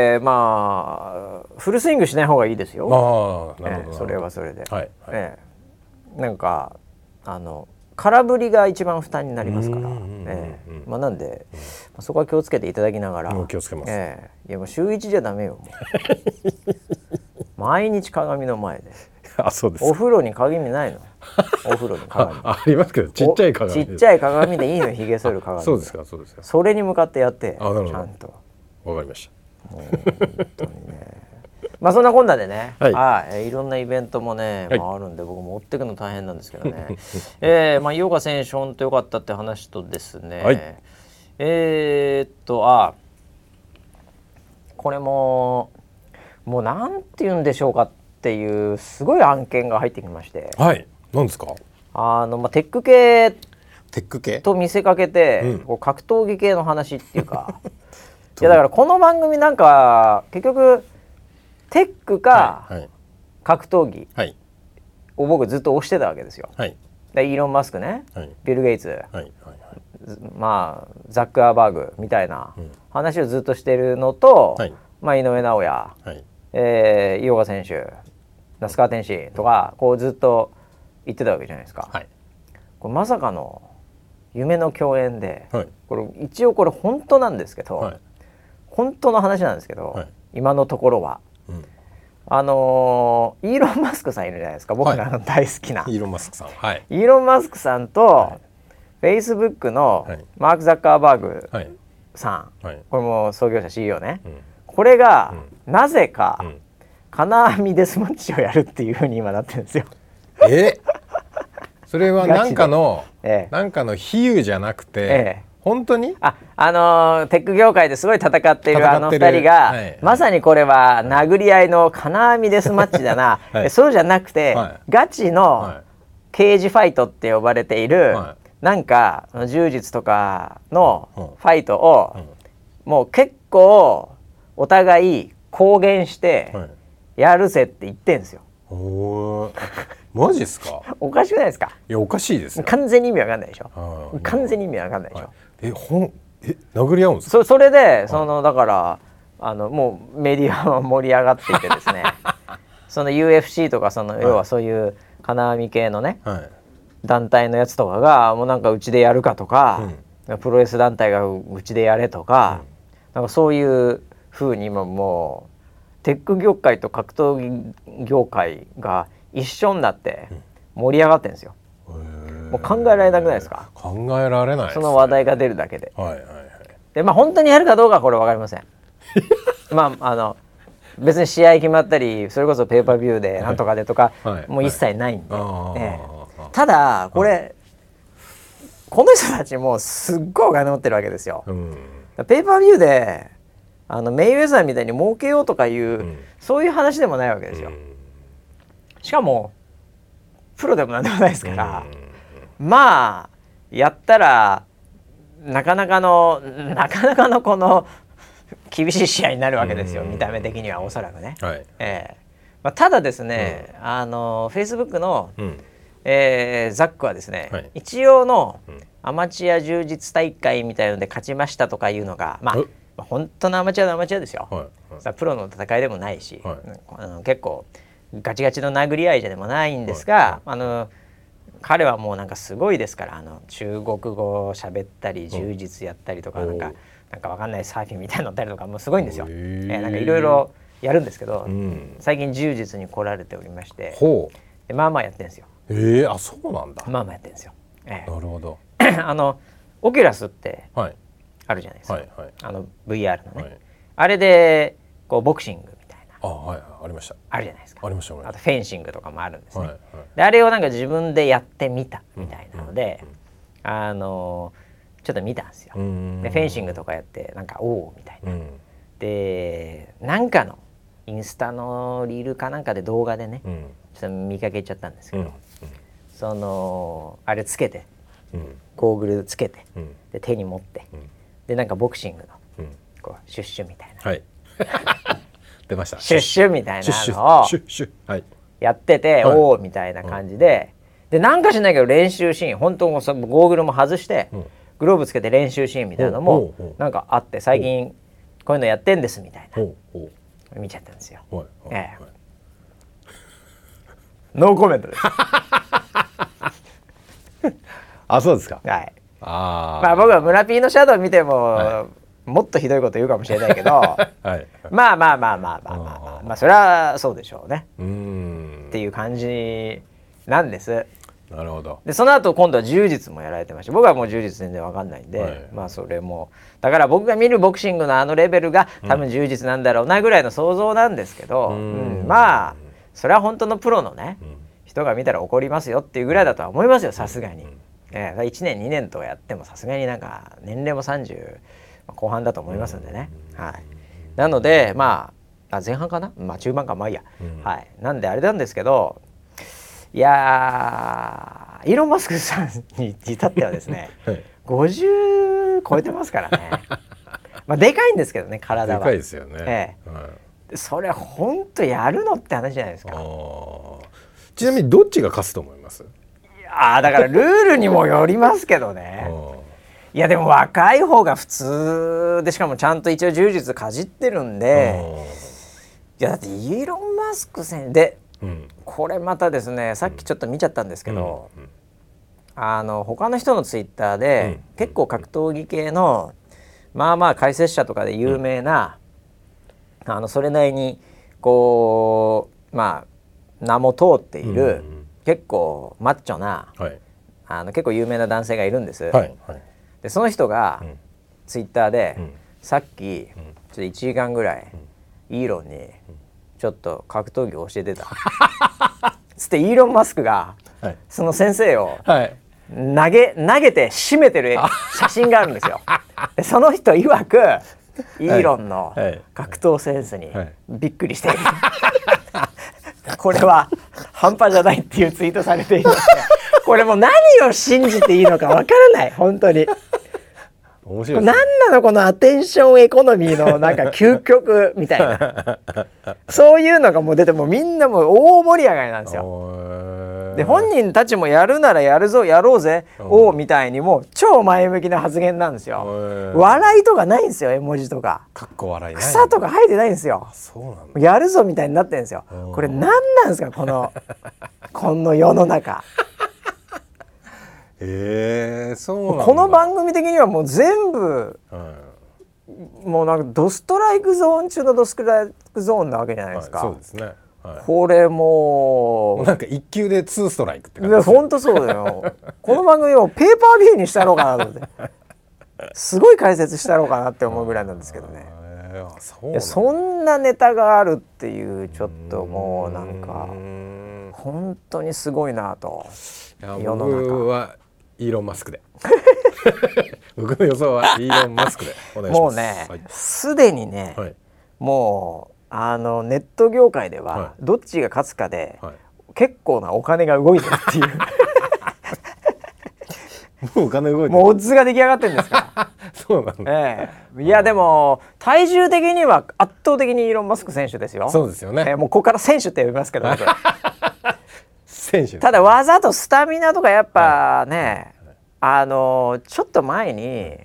スイングしない方がいいですよ。それはそれで、なんか空振りが一番負担になりますから、なんで、そこは気をつけていただきながら。 気をつけます。 いやもう週1じゃダメよもう毎日鏡の前で。 そうです。 お風呂に鏡ないの？お風呂に鏡ありますけど、ちっちゃい鏡。 ちっちゃい鏡でいいのよ、ひげ剃る鏡。 そうですか、そうですか。 それに向かってやって、ちゃんと。 わかりました。 もう本当にね。そんなこんなでね、いろんなイベントもね、あるんで僕も追っていくの大変なんですけどね。井岡選手本当良かったって話とですね、これもうなんて言うんでしょうかっていうすごい案件が入ってきまして。 何ですか？ テック系と見せかけて、格闘技系の話っていうかいやだからこの番組なんか結局テックか格闘技を僕ずっと推してたわけですよ。でイーロン・マスクね、ビル・ゲイツ、ザック・アーバーグみたいな話をずっとしてるのと、井上尚弥、井岡選手、那須川天心とかこうずっと言ってたわけじゃないですか。これまさかの夢の共演で、これ一応これ本当なんですけど、本当の話なんですけど、今のところは、イーロン・マスクさんいるじゃないですか、僕らの大好きな、 イーロン・マスクさん、 イーロン・マスクさんと、フェイスブックのマーク・ザッカーバーグさん、これも創業者 CEO ね、これがなぜか金網デスマッチをやるっていう風に今なってるんですよ。 それはなんかの比喩じゃなくて、本当にテック業界ですごい戦っているあの2人が、まさにこれは殴り合いの金網デスマッチだな、そうじゃなくて、ガチのケージファイトって呼ばれている、なんか柔術とかのファイトを、もう結構お互い公言してやるぜって言ってんですよ。 マジですか？ おかしくないですか？ いやおかしいですよ。 完全に意味わかんないでしょ。完全に意味わかんないでしょ。 殴り合うんですか？ それでだからもうメディアは盛り上がっていてですねその UFC とか要はそういう金網系のね、団体のやつとかがもうなんかうちでやるかとか、プロレス団体がうちでやれとか、なんかそういう風に今もうテック業界と格闘技業界が一緒になって盛り上がってるんですよ。もう考えられなくないですか？ 考えられないですね。 その話題が出るだけで。で本当にやるかどうかはこれ分かりません。別に試合決まったりそれこそペーパービューでなんとかでとか、もう一切ないんで、ただこれ、この人たちもすっごいお金持ってるわけですよ。ペーパービューでメイウェザーみたいに儲けようとかいう、そういう話でもないわけですよ。しかもプロでもなんでもないですから、まあやったらなかなかのこの厳しい試合になるわけですよ、見た目的にはおそらくね。ただですね、Facebook の、ザックはですね、一応のアマチュア柔術大会みたいので勝ちましたとかいうのが、本当のアマチュアのアマチュアですよ。プロの戦いでもないし、結構ガチガチの殴り合いじゃでもないんですが、彼はもうなんかすごいですから、中国語を喋ったり柔術やったりとか、なんかわかんないサーフィンみたいなの乗ったりとかもうすごいんですよ。なんかいろいろやるんですけど、最近柔術に来られておりまして、まあまあやってるんですよ。 あ、そうなんだ。 まあまあやってるんですよ。 なるほど。 オキュラスってあるじゃないですか。VR のね、あれでこうボクシングみたいな、 ありました。 あるじゃないですか。 ありました。 あとフェンシングとかもあるんですね。であれをなんか自分でやってみたみたいなので、ちょっと見たんですよ。でフェンシングとかやってなんかおおみたいな。でなんかのインスタのリールかなんかで動画でね、ちょっと見かけちゃったんですけど、あれつけて、ゴーグルつけて、で手に持って、でなんかボクシングのこうシュッシュみたいな、 出ました。 シュッシュみたいなのをやってて、おおみたいな感じで、なんかしないけど練習シーン、本当もゴーグルも外してグローブつけて練習シーンみたいなのもなんかあって、最近こういうのやってんですみたいな見ちゃったんですよ。ノーコメントです。 あ、そうですか。 僕は村 P のシャドウ見ても、もっとひどいこと言うかもしれないけど、まあそれはそうでしょうねっていう感じなんです。 なるほど。 でその後今度は柔術もやられてました。僕はもう柔術全然わかんないんで、それもだから僕が見るボクシングのレベルが多分柔術なんだろうなぐらいの想像なんですけど、まあそれは本当のプロのね、人が見たら怒りますよっていうぐらいだとは思いますよ、さすがに。1年2年とやってもさすがになんか年齢も30後半だと思いますんでね。なので前半かな、中盤か、まあいいや、なんであれなんですけど、いやイーロン・マスクさんに至ってはですね、50超えてますからね。でかいんですけどね、体は。 でかいですよね。 それ本当やるのって話じゃないですか。 ちなみにどっちが勝つと思います？ だからルールにもよりますけどね。いやでも若い方が普通で、しかもちゃんと一応柔術かじってるんで、いやだってイーロン・マスク選で、これまたですね、さっきちょっと見ちゃったんですけど、 他の人のツイッターで、結構格闘技系のまあまあ解説者とかで有名な、それなりにこうまあ名も通っている、結構マッチョな、結構有名な男性がいるんです。でその人が、ツイッターで、さっき、ちょっと1時間ぐらい、イーロンにちょっと格闘技を教えてたつってイーロン・マスクが、その先生を、投げて締めてる写真があるんですよ。でその人曰くイーロンの格闘センスにびっくりしている、これは半端じゃないっていうツイートされていて、これもう何を信じていいのかわからない本当に。 面白いですね。 何なのこのアテンションエコノミーのなんか究極みたいなそういうのがもう出て、もうみんなもう大盛り上がりなんですよ。で本人たちもやるならやるぞ、やろうぜ、おうみたいにもう超前向きな発言なんですよ。笑いとかないんですよ、絵文字とか。 かっこ笑いない。 草とか生えてないんですよ。 そうなんだ。 やるぞみたいになってるんですよ。これ何なんですかこの世の中。 そうなんだ。 この番組的にはもう全部、もうなんかドストライクゾーン中のドストライクゾーンなわけじゃないですか。 そうですね。 これもうなんか1球で2ストライクって感じです。 本当そうだよこの番組をペーパービューにしたろうかなと思ってすごい解説したろうかなって思うぐらいなんですけどね。いやそんなネタがあるっていう、ちょっともうなんか本当にすごいなと。世の中僕はイーロン・マスクで僕の予想はイーロン・マスクでお願いします。 もうね、すでにね、もうネット業界ではどっちが勝つかで、結構なお金が動いてるっていうもうお金動いてる、 もうオッズが出来上がってるんですからそうなんだ、 いやでも体重的には圧倒的にイーロン・マスク選手ですよ。 そうですよね、 もうここから選手って呼びますけど選手、 ただ技とスタミナとかやっぱね、ちょっと前に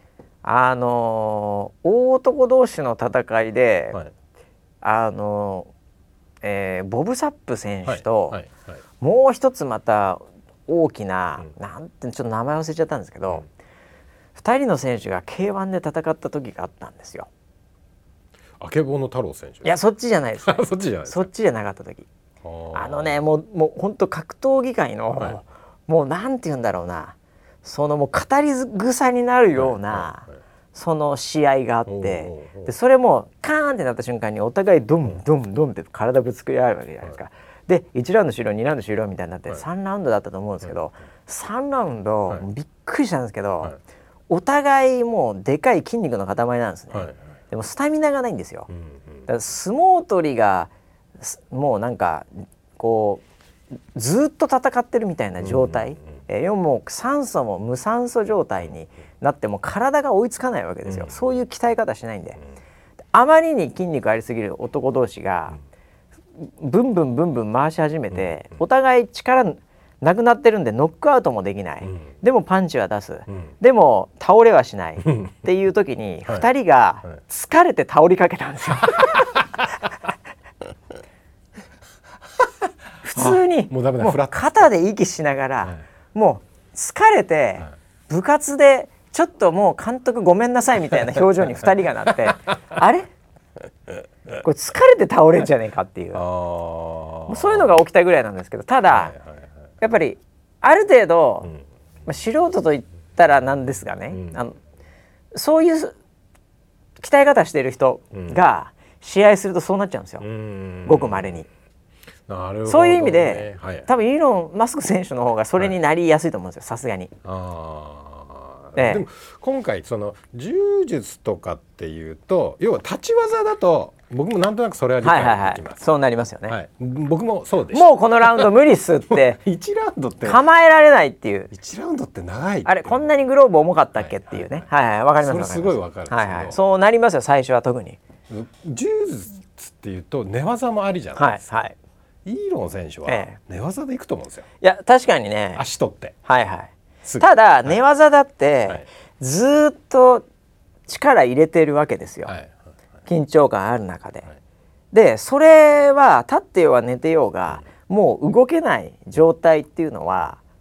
大男同士の戦いで、ボブ・サップ選手と、もう一つまた大きな、なんてちょっと名前忘れちゃったんですけど、2人の選手が K1 で戦った時があったんですよ。 あけぼの太郎選手。 いやそっちじゃないです、ね、 そっちじゃないですか。 そっちじゃなかった時、もう本当格闘技界の、もうなんて言うんだろうな、そのもう語り草になるような、その試合があって、でそれもカーンってなった瞬間にお互いドンドンドンって体ぶつけ合うわけじゃないですか。で1ラウンド終了2ラウンド終了みたいになって3ラウンドだったと思うんですけど、3ラウンドびっくりしたんですけど、お互いもうでかい筋肉の塊なんですね。でもスタミナがないんですよ。だから相撲取りがもうなんかこうずっと戦ってるみたいな状態、もう酸素も無酸素状態になっても体が追いつかないわけですよ。そういう鍛え方しないんで、あまりに筋肉ありすぎる男同士がブンブンブンブン回し始めて、お互い力なくなってるんでノックアウトもできない、でもパンチは出す、でも倒れはしないっていう時に2人が疲れて倒りかけたんですよ普通にもう肩で息しながら、もう疲れて部活でちょっともう監督ごめんなさいみたいな表情に2人がなってあれこれ疲れて倒れんじゃねえかっていう、そういうのが起きたぐらいなんですけど、ただ、やっぱりある程度、素人と言ったらなんですがね、そういう鍛え方している人が試合するとそうなっちゃうんですよ、ごく稀に。 なるほどね、 そういう意味で、多分イーロン・マスク選手の方がそれになりやすいと思うんですよ、さすがに。 でも今回その柔術とかっていうと、要は立ち技だと僕もなんとなくそれは理解できます。 そうなりますよね、 僕もそうでした。 もうこのラウンド無理っすって 1ラウンドって構えられないっていう、 1ラウンドって長いって、 あれこんなにグローブ重かったっけっていうね、わかります。それすごいわかるんですけど、 そうなりますよ最初は。特に柔術っていうと寝技もありじゃないですか。イーロン選手は寝技でいくと思うんですよ。 いや確かにね、 足取ってただ寝技だってずっと力入れてるわけですよ、緊張感ある中で。でそれは立ってようが寝てようがもう動けない状態っていうのは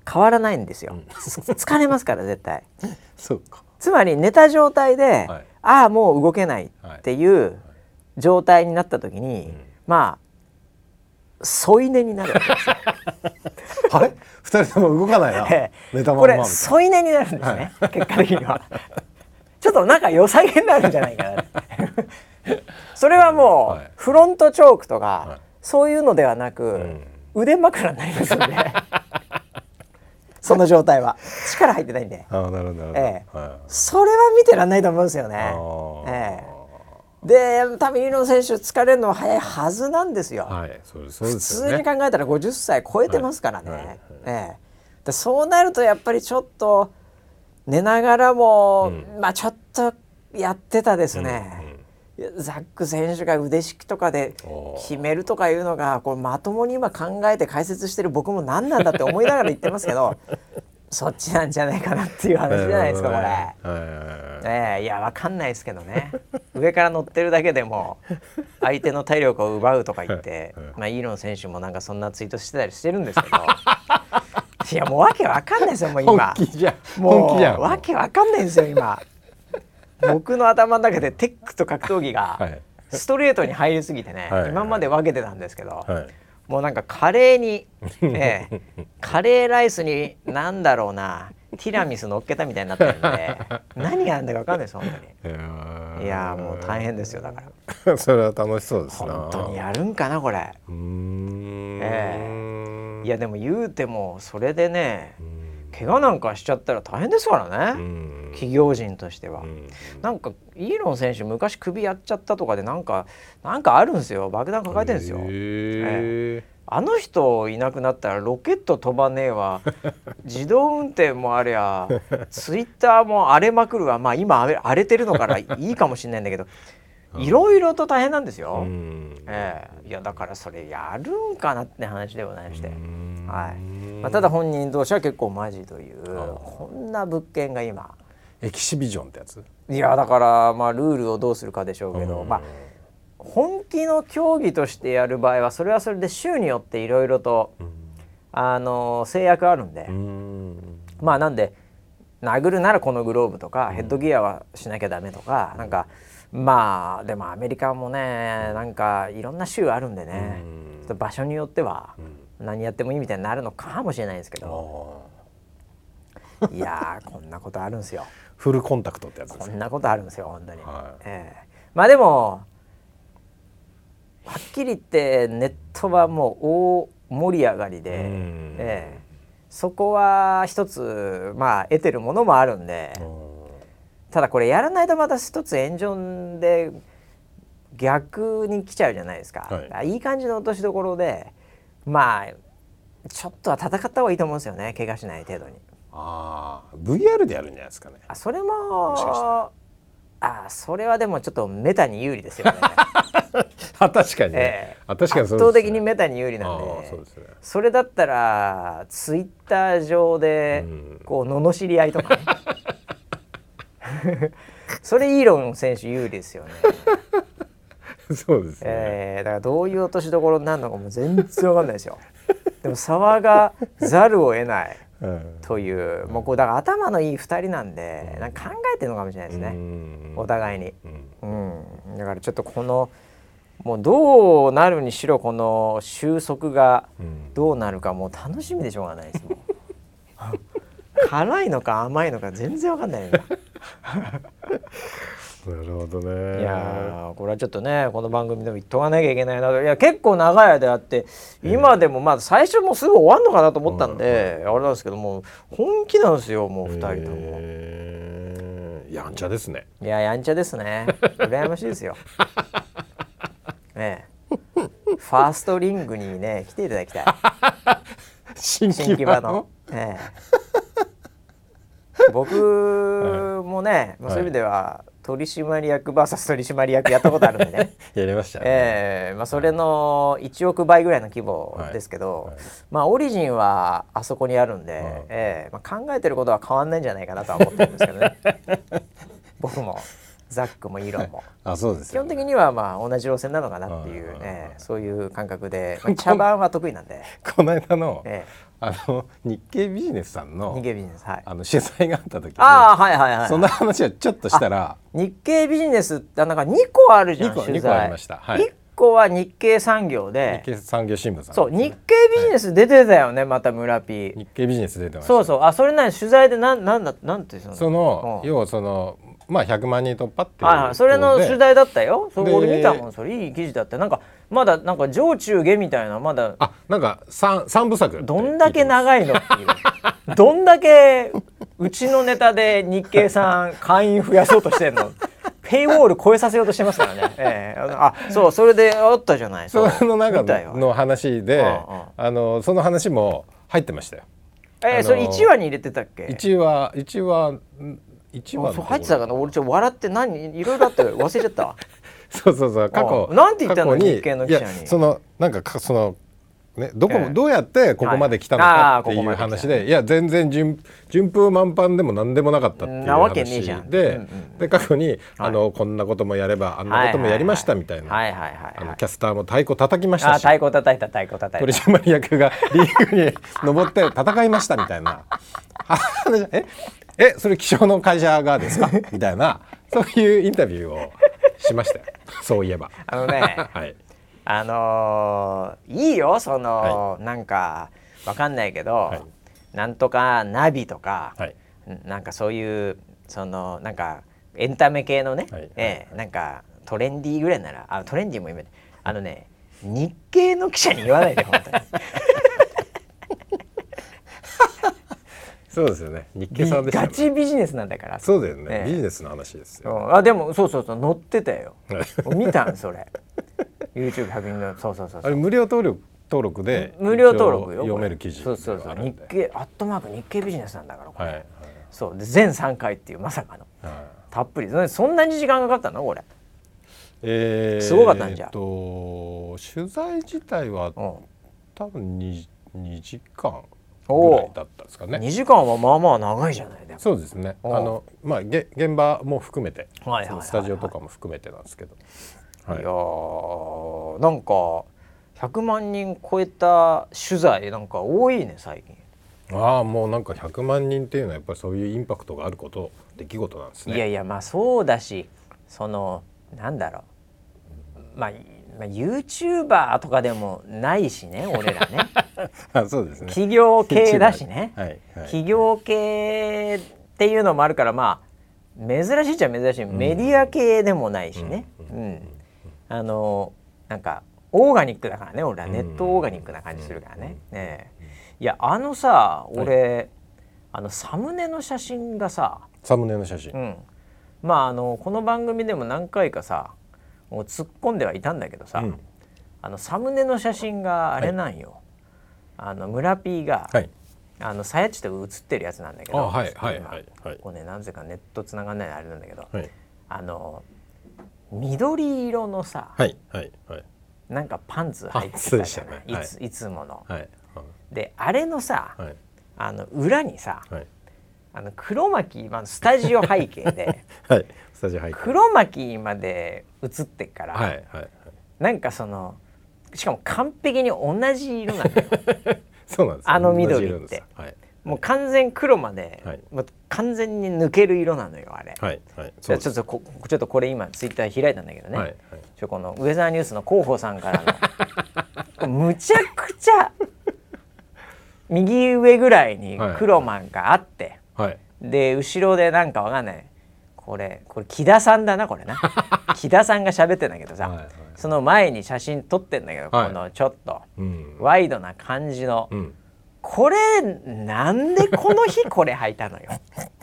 変わらないんですよ。疲れますから絶対。 そうか。 つまり寝た状態で、 はい、 ああもう動けないっていう状態になった時に、まあ添い寝になるわけですよ。 あれ2人とも動かないな、寝たまんまこれ添い寝になるんですね、結果的には。ちょっとなんか良さげになるんじゃないかな。それはもう、フロントチョークとか、そういうのではなく、腕枕になりますのでその状態は力入ってないんで。 なるほどなるほど、 それは見てらんないと思うんですよね。で多分イーロン選手疲れるのは早いはずなんですよ。 そうですよね、 普通に考えたら50歳超えてますからね。でそうなるとやっぱりちょっと寝ながらも、まあちょっとやってたですね、ザック選手が腕式とかで決めるとかいうのがこれまともに今考えて解説してる僕も何なんだって思いながら言ってますけどそっちなんじゃないかなっていう話じゃないですかこれ。いや分かんないですけどね。上から乗ってるだけでも相手の体力を奪うとか言って、まあ、イーロン選手もなんかそんなツイートしてたりしてるんですけどいやもうわけわかんないですよもう今。 本気じゃん。 もうわけわかんないんですよ今。僕の頭の中でテックと格闘技がストレートに入りすぎてね、今まで分けてたんですけど、もうなんかカレーに、カレーライスに何だろうなティラミス乗っけたみたいになってるんで何がなんだか分かんないです本当に。いやもう大変ですよだからそれは楽しそうですな。 本当にやるんかなこれ。いやでも言うてもそれでね怪我なんかしちゃったら大変ですからね、企業人としては。なんかイーロン選手昔首やっちゃったとかでなんかあるんですよ。爆弾抱えてるんですよ。あの人いなくなったらロケット飛ばねえわ自動運転もありゃツイッターも荒れまくるわ。まあ今荒れてるのからいいかもしれないんだけどいろいろと大変なんですよ。いやだからそれやるんかなって話でございまして、まあ、ただ本人同士は結構マジというこんな物件が今エキシビジョンってやつ。 いやだからまあルールをどうするかでしょうけど、まあ本気の競技としてやる場合はそれはそれで州によっていろいろと、制約あるんで、まあなんで殴るならこのグローブとか、ヘッドギアはしなきゃダメとか、なんかまあでもアメリカもねなんかいろんな州あるんでね、ちょっと場所によっては何やってもいいみたいになるのかもしれないですけど、いやこんなことあるんですよ。 フルコンタクトってやつです。 こんなことあるんですよ本当に。まあでもはっきり言ってネットはもう大盛り上がりで、そこは一つまあ得てるものもあるんで、ただこれやらないとまた一つ炎上で逆に来ちゃうじゃないですか、いい感じの落としどころでまあちょっとは戦った方がいいと思うんですよね怪我しない程度に。 VR でやるんじゃないですかね。 それもそれはでもちょっとメタに有利ですよね。 確かにね、 圧倒的にメタに有利なんで、それだったらツイッター上でこう罵り合いとかねそれイーロン選手有利ですよね。 そうですね、 だからどういう落としどころになるのかも全然分かんないですよ。でも騒がざるを得ないという、もうこうだから頭のいい2人なんでなんか考えてるのかもしれないですね、お互いに。だからちょっとこのもうどうなるにしろこの収束がどうなるかもう楽しみでしょうがないですもん。辛いのか甘いのか全然わかんないね。 なるほどね。 いやこれはちょっとねこの番組でも言っとかなきゃいけないなと。いや結構長い間やって今でもまだ最初もすぐ終わんのかなと思ったんで、あれなんですけども本気なんですよもう2人とも。 やんちゃですね。 いややんちゃですね。羨ましいですよ。ファーストリングにね来ていただきたい。 新木場の。 僕もね、そういう意味では取締役 VS 取締役やったことあるんでね。 やりましたね。 それの1億倍ぐらいの規模ですけど、オリジンはあそこにあるんで、考えてることは変わんないんじゃないかなとは思ってるんですけどね。僕もザックもイーロンもそうです、 基本的には同じ路線なのかなっていう、そういう感覚で、茶番は得意なんで。 この間の、 日経ビジネスさんの日経ビジネス、はい、 取材があった時に、 はいはいはい、 そんな話はちょっとしたら、 日経ビジネスってなんか2個あるじゃん、取材。 2個ありました、はい、 1個は日経産業で、 日経産業新聞さん、ね、 そう日経ビジネス出てたよね、はい、また村 P 日経ビジネス出てました。 そうそう、あ、それなに取材でなんてその、要はそのまあ100万人突破っていう、 はいはい、それの取材だったよ。それ俺見たもん、それいい記事だった。なんかまだなんか上中下みたいな、まだなんか 3部作どんだけ長いのっていうどんだけうちのネタで日経さん会員増やそうとしてんのペイウォール超えさせようとしてますからね、そう、それであったじゃない。 その中の話で、その話も入ってましたよ。 それ1話に入れてたっけ。 1話そう入ってたかな。俺ちょっと笑っていろいろあって忘れちゃったわそう過去なんて言ったの日経の記者に。 そのなんかそのね、どうやってここまで来たのかっていう話で、いや全然順風満帆でも何でもなかったっていう話で、過去にこんなこともやればあんなこともやりましたみたいな、キャスターも太鼓叩きましたし、 太鼓叩いた取締役がリーグに登って戦いましたみたいなそれ気象の会社がですかみたいな、そういうインタビューをしましたよそういえばはいいいよ、その、なんかわかんないけど、なんとかナビとか、なんかそういうそのなんかエンタメ系のね、なんかトレンディーぐらいなら、トレンディーも今日経の記者に言わないで本当にそうですよね、日経さんでしたね。 ガチビジネスなんだから。 そうだよね、ビジネスの話ですよ。 でもそう載ってたよ見たんそれYouTube 100人のそうあれ無料登録で無料登録よ、 読める記事。 そう日経日経ビジネスなんだからこれ、そうで全3回っていうまさかの、たっぷりそんなに時間かかったのこれ。すごかったんじゃ。 取材自体は多分2時間ぐらいだったんですかね。 2時間はまあまあ長いじゃない。 そうですね、まあ現場も含めて、スタジオとかも含めてなんですけど、いやなんか100万人超えた取材なんか多いね最近。 もうなんか100万人っていうのはやっぱりそういうインパクトがある出来事なんですね。 いやまあそうだし、そのなんだろう、まあ YouTuber とかでもないしね俺らねそうですね、 企業系だしね、企業系っていうのもあるから、まあ珍しいっちゃ珍しい、メディア系でもないしね、なんかオーガニックだからね、俺らネットオーガニックな感じするからね。いやさ、俺サムネの写真がさ、まあこの番組でも何回かさもう突っ込んではいたんだけどさ、サムネの写真があれなんよ、村 P が、さやっちと写ってるやつなんだけど、これね、なぜかネットつながんないのあれなんだけど、緑色のさ、なんかパンツ履いてたじゃない、いつもの。であれのさ、裏にさ、黒巻スタジオ背景で黒巻まで映ってっから、なんかそのしかも完璧に同じ色なんだよそうなんです、 緑って、もう完全黒まで、もう完全に抜ける色なのよあれ。ちょっとこれ今ツイッター開いたんだけどね、このウェザーニュースの広報さんからのむちゃくちゃ右上ぐらいに黒マンがあって、で後ろでなんかわかんない、これ木田さんだな、これな木田さんが喋ってんだけどさ、その前に写真撮ってんだけど、このちょっとワイドな感じの、これなんでこの日これ履いたのよ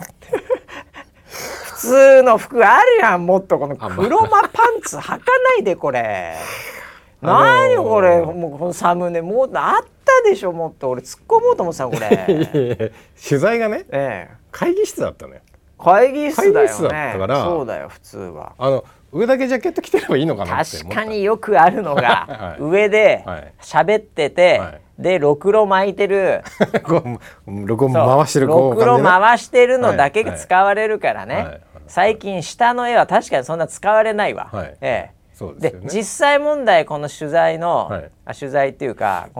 普通の服あるやん、もっとこの黒マパンツ履かないでこれ何これ、もうこのサムネもうあったでしょ、もっと俺突っ込もうと思ってたこれ取材がね、会議室だったのよ。 会議室だよね。 そうだよ普通は。 上だけジャケット着てればいいのかなって思った。 確かによくあるのが上で喋ってて、でろくろ巻いてるろくろ回してるろくろ回してるのだけが使われるからね。最近下の絵は確かにそんな使われないわ。で実際問題この取材の取材っていうかこの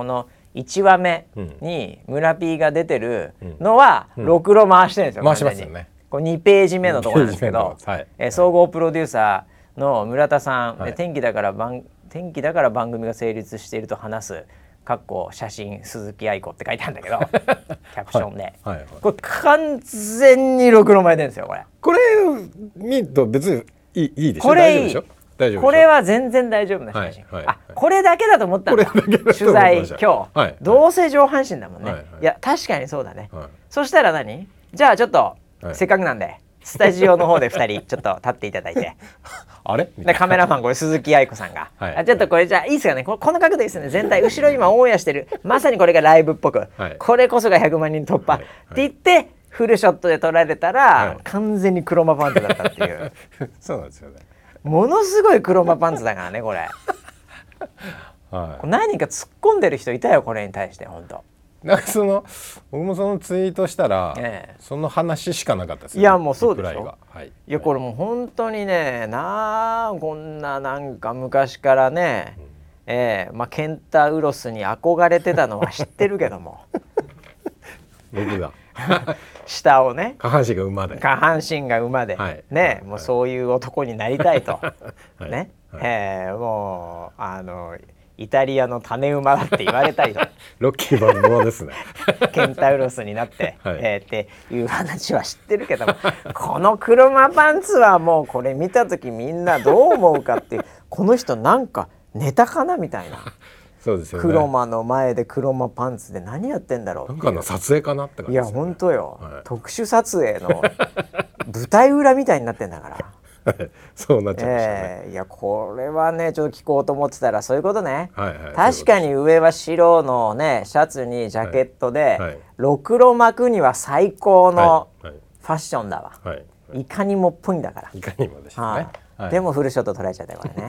1話目に村 P が出てるのはろくろ回してるんですよ、 回しますよね。 これ2ページ目のところなんですけど、 はい、 総合プロデューサーの村田さん、はい、天気だから番組が成立していると話す写真鈴木愛子って書いてあるんだけどキャプションで、はいはいはい、これ完全にろくろ巻いてるんですよ。 これ見ると別にいいでしょ。 これいい、 大丈夫でしょ。 これは全然大丈夫な写真、はいはいはい、これだけだと思ったんだ。取材今日、はいはい、どうせ上半身だもんね、はいはい、いや確かにそうだね、はい、そしたらじゃあちょっと、はい、せっかくなんでスタジオの方で2人ちょっと立っていただいてあれでカメラマンこれ鈴木愛子さんが、はい、ちょっとこれじゃあいいですかね、この角度いいですね、全体後ろ今オンエアしてるまさにこれがライブっぽく、はい、これこそが100万人突破、はいはい、って言ってフルショットで撮られたら、はい、完全に黒マパンツだったっていうそうなんですよね。ものすごい黒マパンツだからねこれ、はい、何か突っ込んでる人いたよこれに対して。本当なんか僕もそのツイートしたら、その話しかなかったですよ。 いやもうそうでしょ、 はい、いやこれもう本当にねこんななんか昔からね、ケンタウロスに憧れてたのは知ってるけども僕が下をね下半身が馬で、 はい、ね、はい、もうそういう男になりたいと、はい、ね、はい、もうイタリアの種馬だって言われたりとロッキーバルボアですねケンタウロスになって、はい、っていう話は知ってるけどもこの黒マパンツはもうこれ見た時みんなどう思うかっていうこの人なんかネタかなみたいなそうですよね、 黒マの前で黒マパンツで何やってんだろうなんかの撮影かなって感じですよね。 いや本当よ、はい、特殊撮影の舞台裏みたいになってんだからそうなっちゃいましたね、 いやこれはねちょっと聞こうと思ってたらそういうことね、はいはい、確かに上は白のねシャツにジャケットで、はいはい、ろくろ巻くには最高のファッションだわ、はいはい、いかにもっぽいんだから。 いかにもでしたね、 はい、でもフルショット捉えちゃったよこれね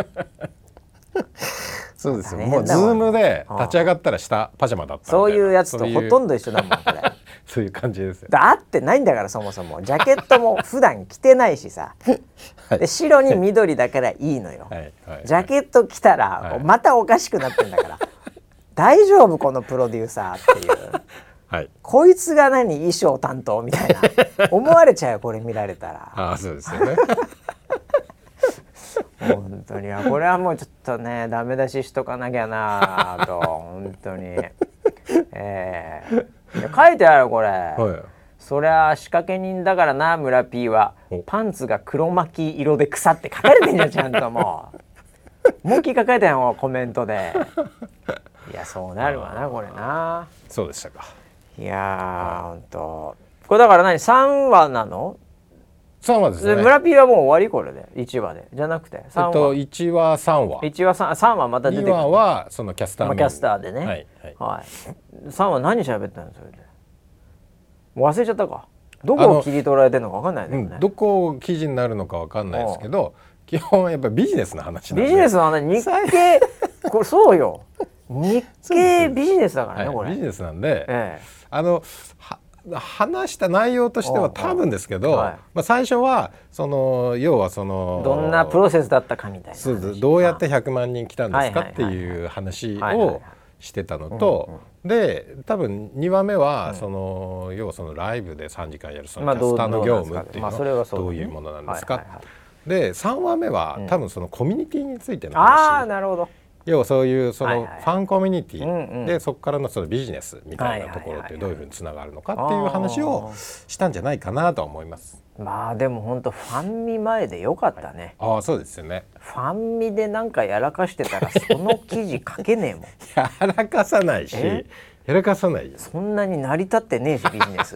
そうですよ、もうズームで立ち上がったら下パジャマだったみたいな、 そういうやつとほとんど一緒だもんこれそういう感じですよ。 合ってないんだからそもそもジャケットも普段着てないしさで白に緑だからいいのよ、はいはい、ジャケット着たらまたおかしくなってんだから、はい、大丈夫このプロデューサーっていう、はい、こいつが衣装担当みたいな思われちゃうよこれ見られたら。 ああそうですよね本当にこれはもうちょっとねダメ出ししとかなきゃなと本当に、書いてあるこれ、はい、そりゃ仕掛け人だからな村 P はパンツが黒巻き色で腐って書かれてんじゃんちゃんともう一回書かれたよコメントで。いやそうなるわなこれな。 そうでしたか。 いや本当これだから3話なの 3話ですね。 村 P はもう終わりこれで1話でじゃなくて3話、 1話3話 1話 3話また出てくる。 2話はそのキャスターでね、はいはいはい、3話何喋ったのそれでもう忘れちゃったか。どこを切り取られてるのか分かんないね、 どこ記事になるのか分かんないですけど基本はやっぱりビジネスの話なんで。 ビジネスの話日経これそうよ日経ビジネスだからね、はい、これビジネスなんで、話した内容としては多分ですけど、はい、最初は要はどんなプロセスだったかみたいなどうやって100万人来たんですかっていう話をしてたのと、で多分2話目は要はライブで3時間やるそのキャスターの業務っていうのはどういうものなんですか。で3話目は多分そのコミュニティについての話。 なるほど。 要はそういうファンコミュニティでそこからのビジネスみたいなところってどういうふうにつながるのかっていう話をしたんじゃないかなと思います。 まあでも本当ファンミ前でよかったね。 そうですよね。 ファンミでなんかやらかしてたらその記事書けねえもんやらかさないしやらかさないよ。 そんなに成り立ってねえしビジネス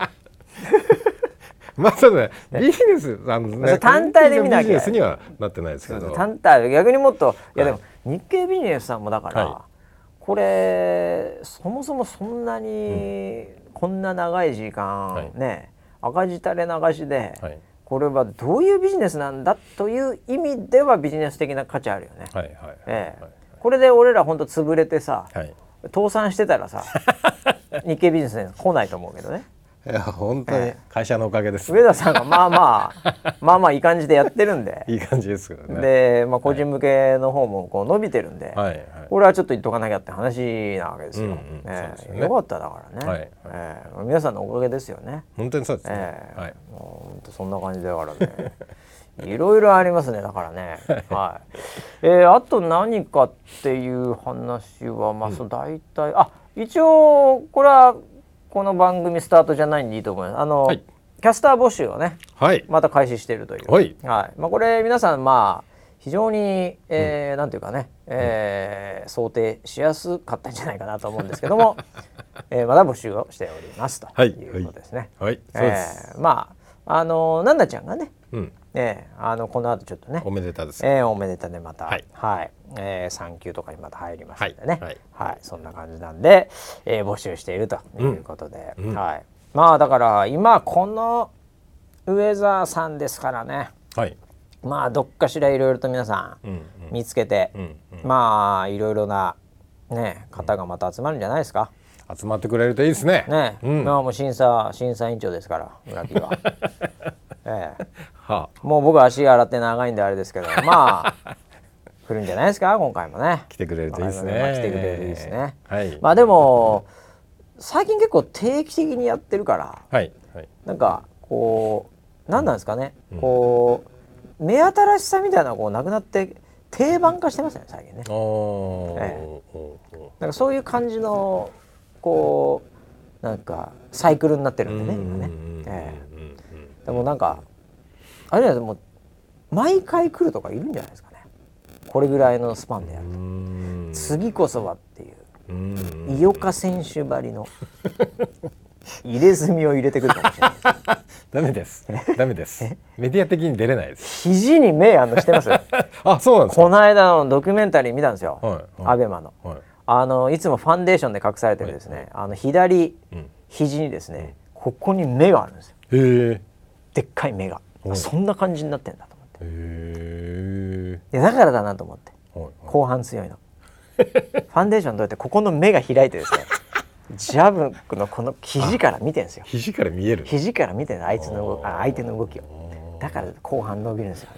そうね、ビジネス単体で見なきゃビジネスにはなってないですけど、 単体逆にもっといやでも日経ビジネスさんもだから、これそもそもそんなにこんな長い時間ね赤字垂れ流しで、これはどういうビジネスなんだという意味ではビジネス的な価値あるよね。これで俺らほんと潰れてさ、倒産してたらさ日経ビジネスに来ないと思うけどね。 いや本当に会社のおかげです、 上田さんがまあいい感じでやってるんでいい感じですけどね。 で、個人向けの方もこう伸びてるんで、 はいはい、 これはちょっと言っとかなきゃって話なわけですよ。よかっただからね、皆さんのおかげですよね。 本当にそうですね。 もう本当そんな感じだからねいろいろありますねだからね。はい。あと何かっていう話はそう大体一応これはこの番組スタートじゃないんでいいと思います。キャスター募集をね、また開始しているという。これ皆さん非常に、なんていうかね、想定しやすかったんじゃないかなと思うんですけども、まだ募集をしておりますということですね。 はいそうです。 なんなちゃんがね、この後ちょっとねおめでたです、 おめでたでまた産休とかにまた入りますんでね、そんな感じなんで、募集しているということで、だから今この上澤さんですからね、どっかしらいろいろと皆さん見つけて、いろいろな方がまた集まるんじゃないですか。 集まってくれるといいですね。 もう審査委員長ですから村木は。もう僕は足洗って長いんであれですけど来るんじゃないですか今回もね。 来てくれるといいですね。 来てくれるといいですね。でも最近結構定期的にやってるから、なんかこう何なんですかね、こう目新しさみたいななくなって定番化してますよね最近ね。なんかそういう感じのこうなんかサイクルになってるんでね今ね。でもなんかあれはもう毎回来るとかいるんじゃないですかね。これぐらいのスパンでやると次こそはっていう井岡選手ばりの入れ墨を入れてくるかもしれない。 ダメですダメです。メディア的に出れないです。 肘に目してますよ。 そうなんですか。 この間のドキュメンタリー見たんですよ、アベマの。いつもファンデーションで隠されてるですね、左肘にですね、ここに目があるんですよ。でっかい目が、そんな感じになってんだと思って。だからだなと思って、後半強いの。ファンデーションどうやってここの目が開いてですねジャブのこの肘から見てるんですよ。 肘から見える。 肘から見てる相手の動きを。だから後半伸びるんですよね。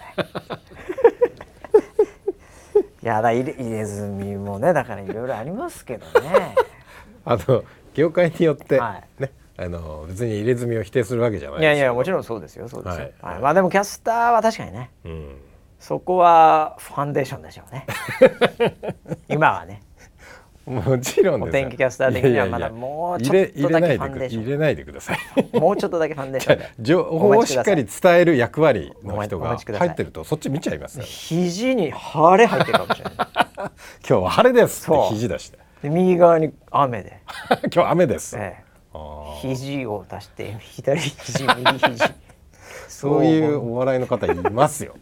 入れ墨もねだからいろいろありますけどね。 業界によってね、別に入れ墨を否定するわけじゃないです。 いやもちろんそうですよそうですよ。でもキャスターは確かにね、そこはファンデーションでしょうね。今はね。 もちろんです。 お天気キャスター的にはまだもうちょっとだけファンデーション。 入れないでください。 もうちょっとだけファンデーションで。 情報をしっかり伝える役割の人が入ってるとそっち見ちゃいますよ。 肘に晴れ入ってるかもしれない。 今日は晴れですって肘出して。 右側に雨で。 今日雨です。 肘を出して左肘右肘。 そういうお笑いの方いますよ。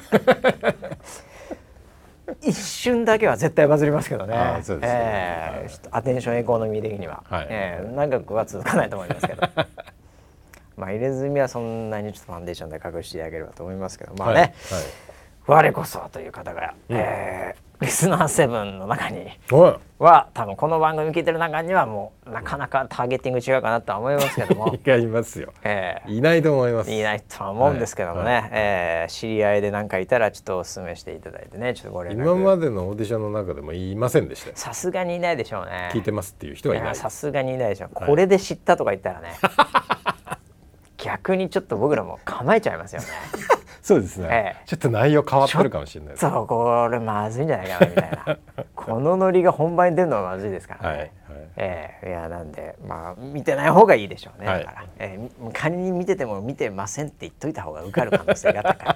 一瞬だけは絶対バズりますけどね。アテンションエコノミー的には、長くは続かないと思いますけど入れ墨はそんなにちょっとファンデーションで隠してあげればと思いますけど我こそという方が、リスナー7の中には多分この番組聞いてる中にはもうなかなかターゲティング違うかなとは思いますけどもいますよ、いないと思います。 いないとは思うんですけどもね、知り合いで何かいたらちょっとお勧めしていただいてね、ちょっとご連絡。 今までのオーディションの中でもいませんでしたよ。 さすがにいないでしょうね。 聞いてますっていう人はいない。 さすがにいないでしょう、これで知ったとか言ったらね逆にちょっと僕らも構えちゃいますよね。 そうですね、ちょっと内容変わってるかもしれないです。 そうこれまずいんじゃないかなみたいなこのノリが本番に出るのはまずいですからね。いやなんで見てない方がいいでしょうね。だから、仮に見てても見てませんって言っといた方が受かる可能性が高い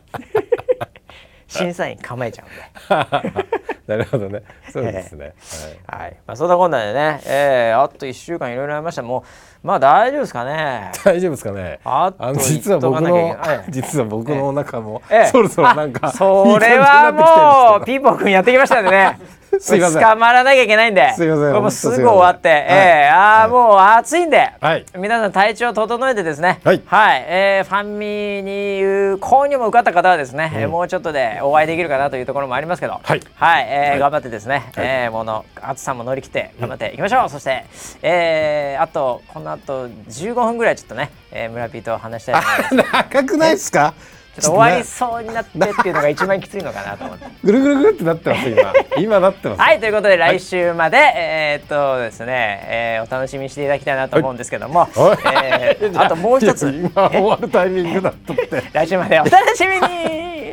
審査員構えちゃうんでなるほどね、そうですね。 そんなこんなでね、あと1週間いろいろありました。もう大丈夫ですかね。 大丈夫ですかね。実は僕のお腹もそろそろなんかそれはもうピーポー君やってきましたんでねすいません。 捕まらなきゃいけないんで、 すいません。 これもすぐ終わって、もう暑いんで、皆さん体調整えてですね、ファンミに購入も受かった方はですね、もうちょっとでお会いできるかなというところもありますけど、頑張ってですね、暑さも乗り切って頑張っていきましょう。そして、この後15分ぐらいちょっとね、村ピーと話したいと思います。 長くないですか？ ちょっと終わりそうになってっていうのが一番きついのかなと思ってぐるぐるぐるってなってます今なってます。 はい、ということで来週まで、ですね、お楽しみにしていただきたいなと思うんですけども、あともう一つ今終わるタイミングだったって来週までお楽しみに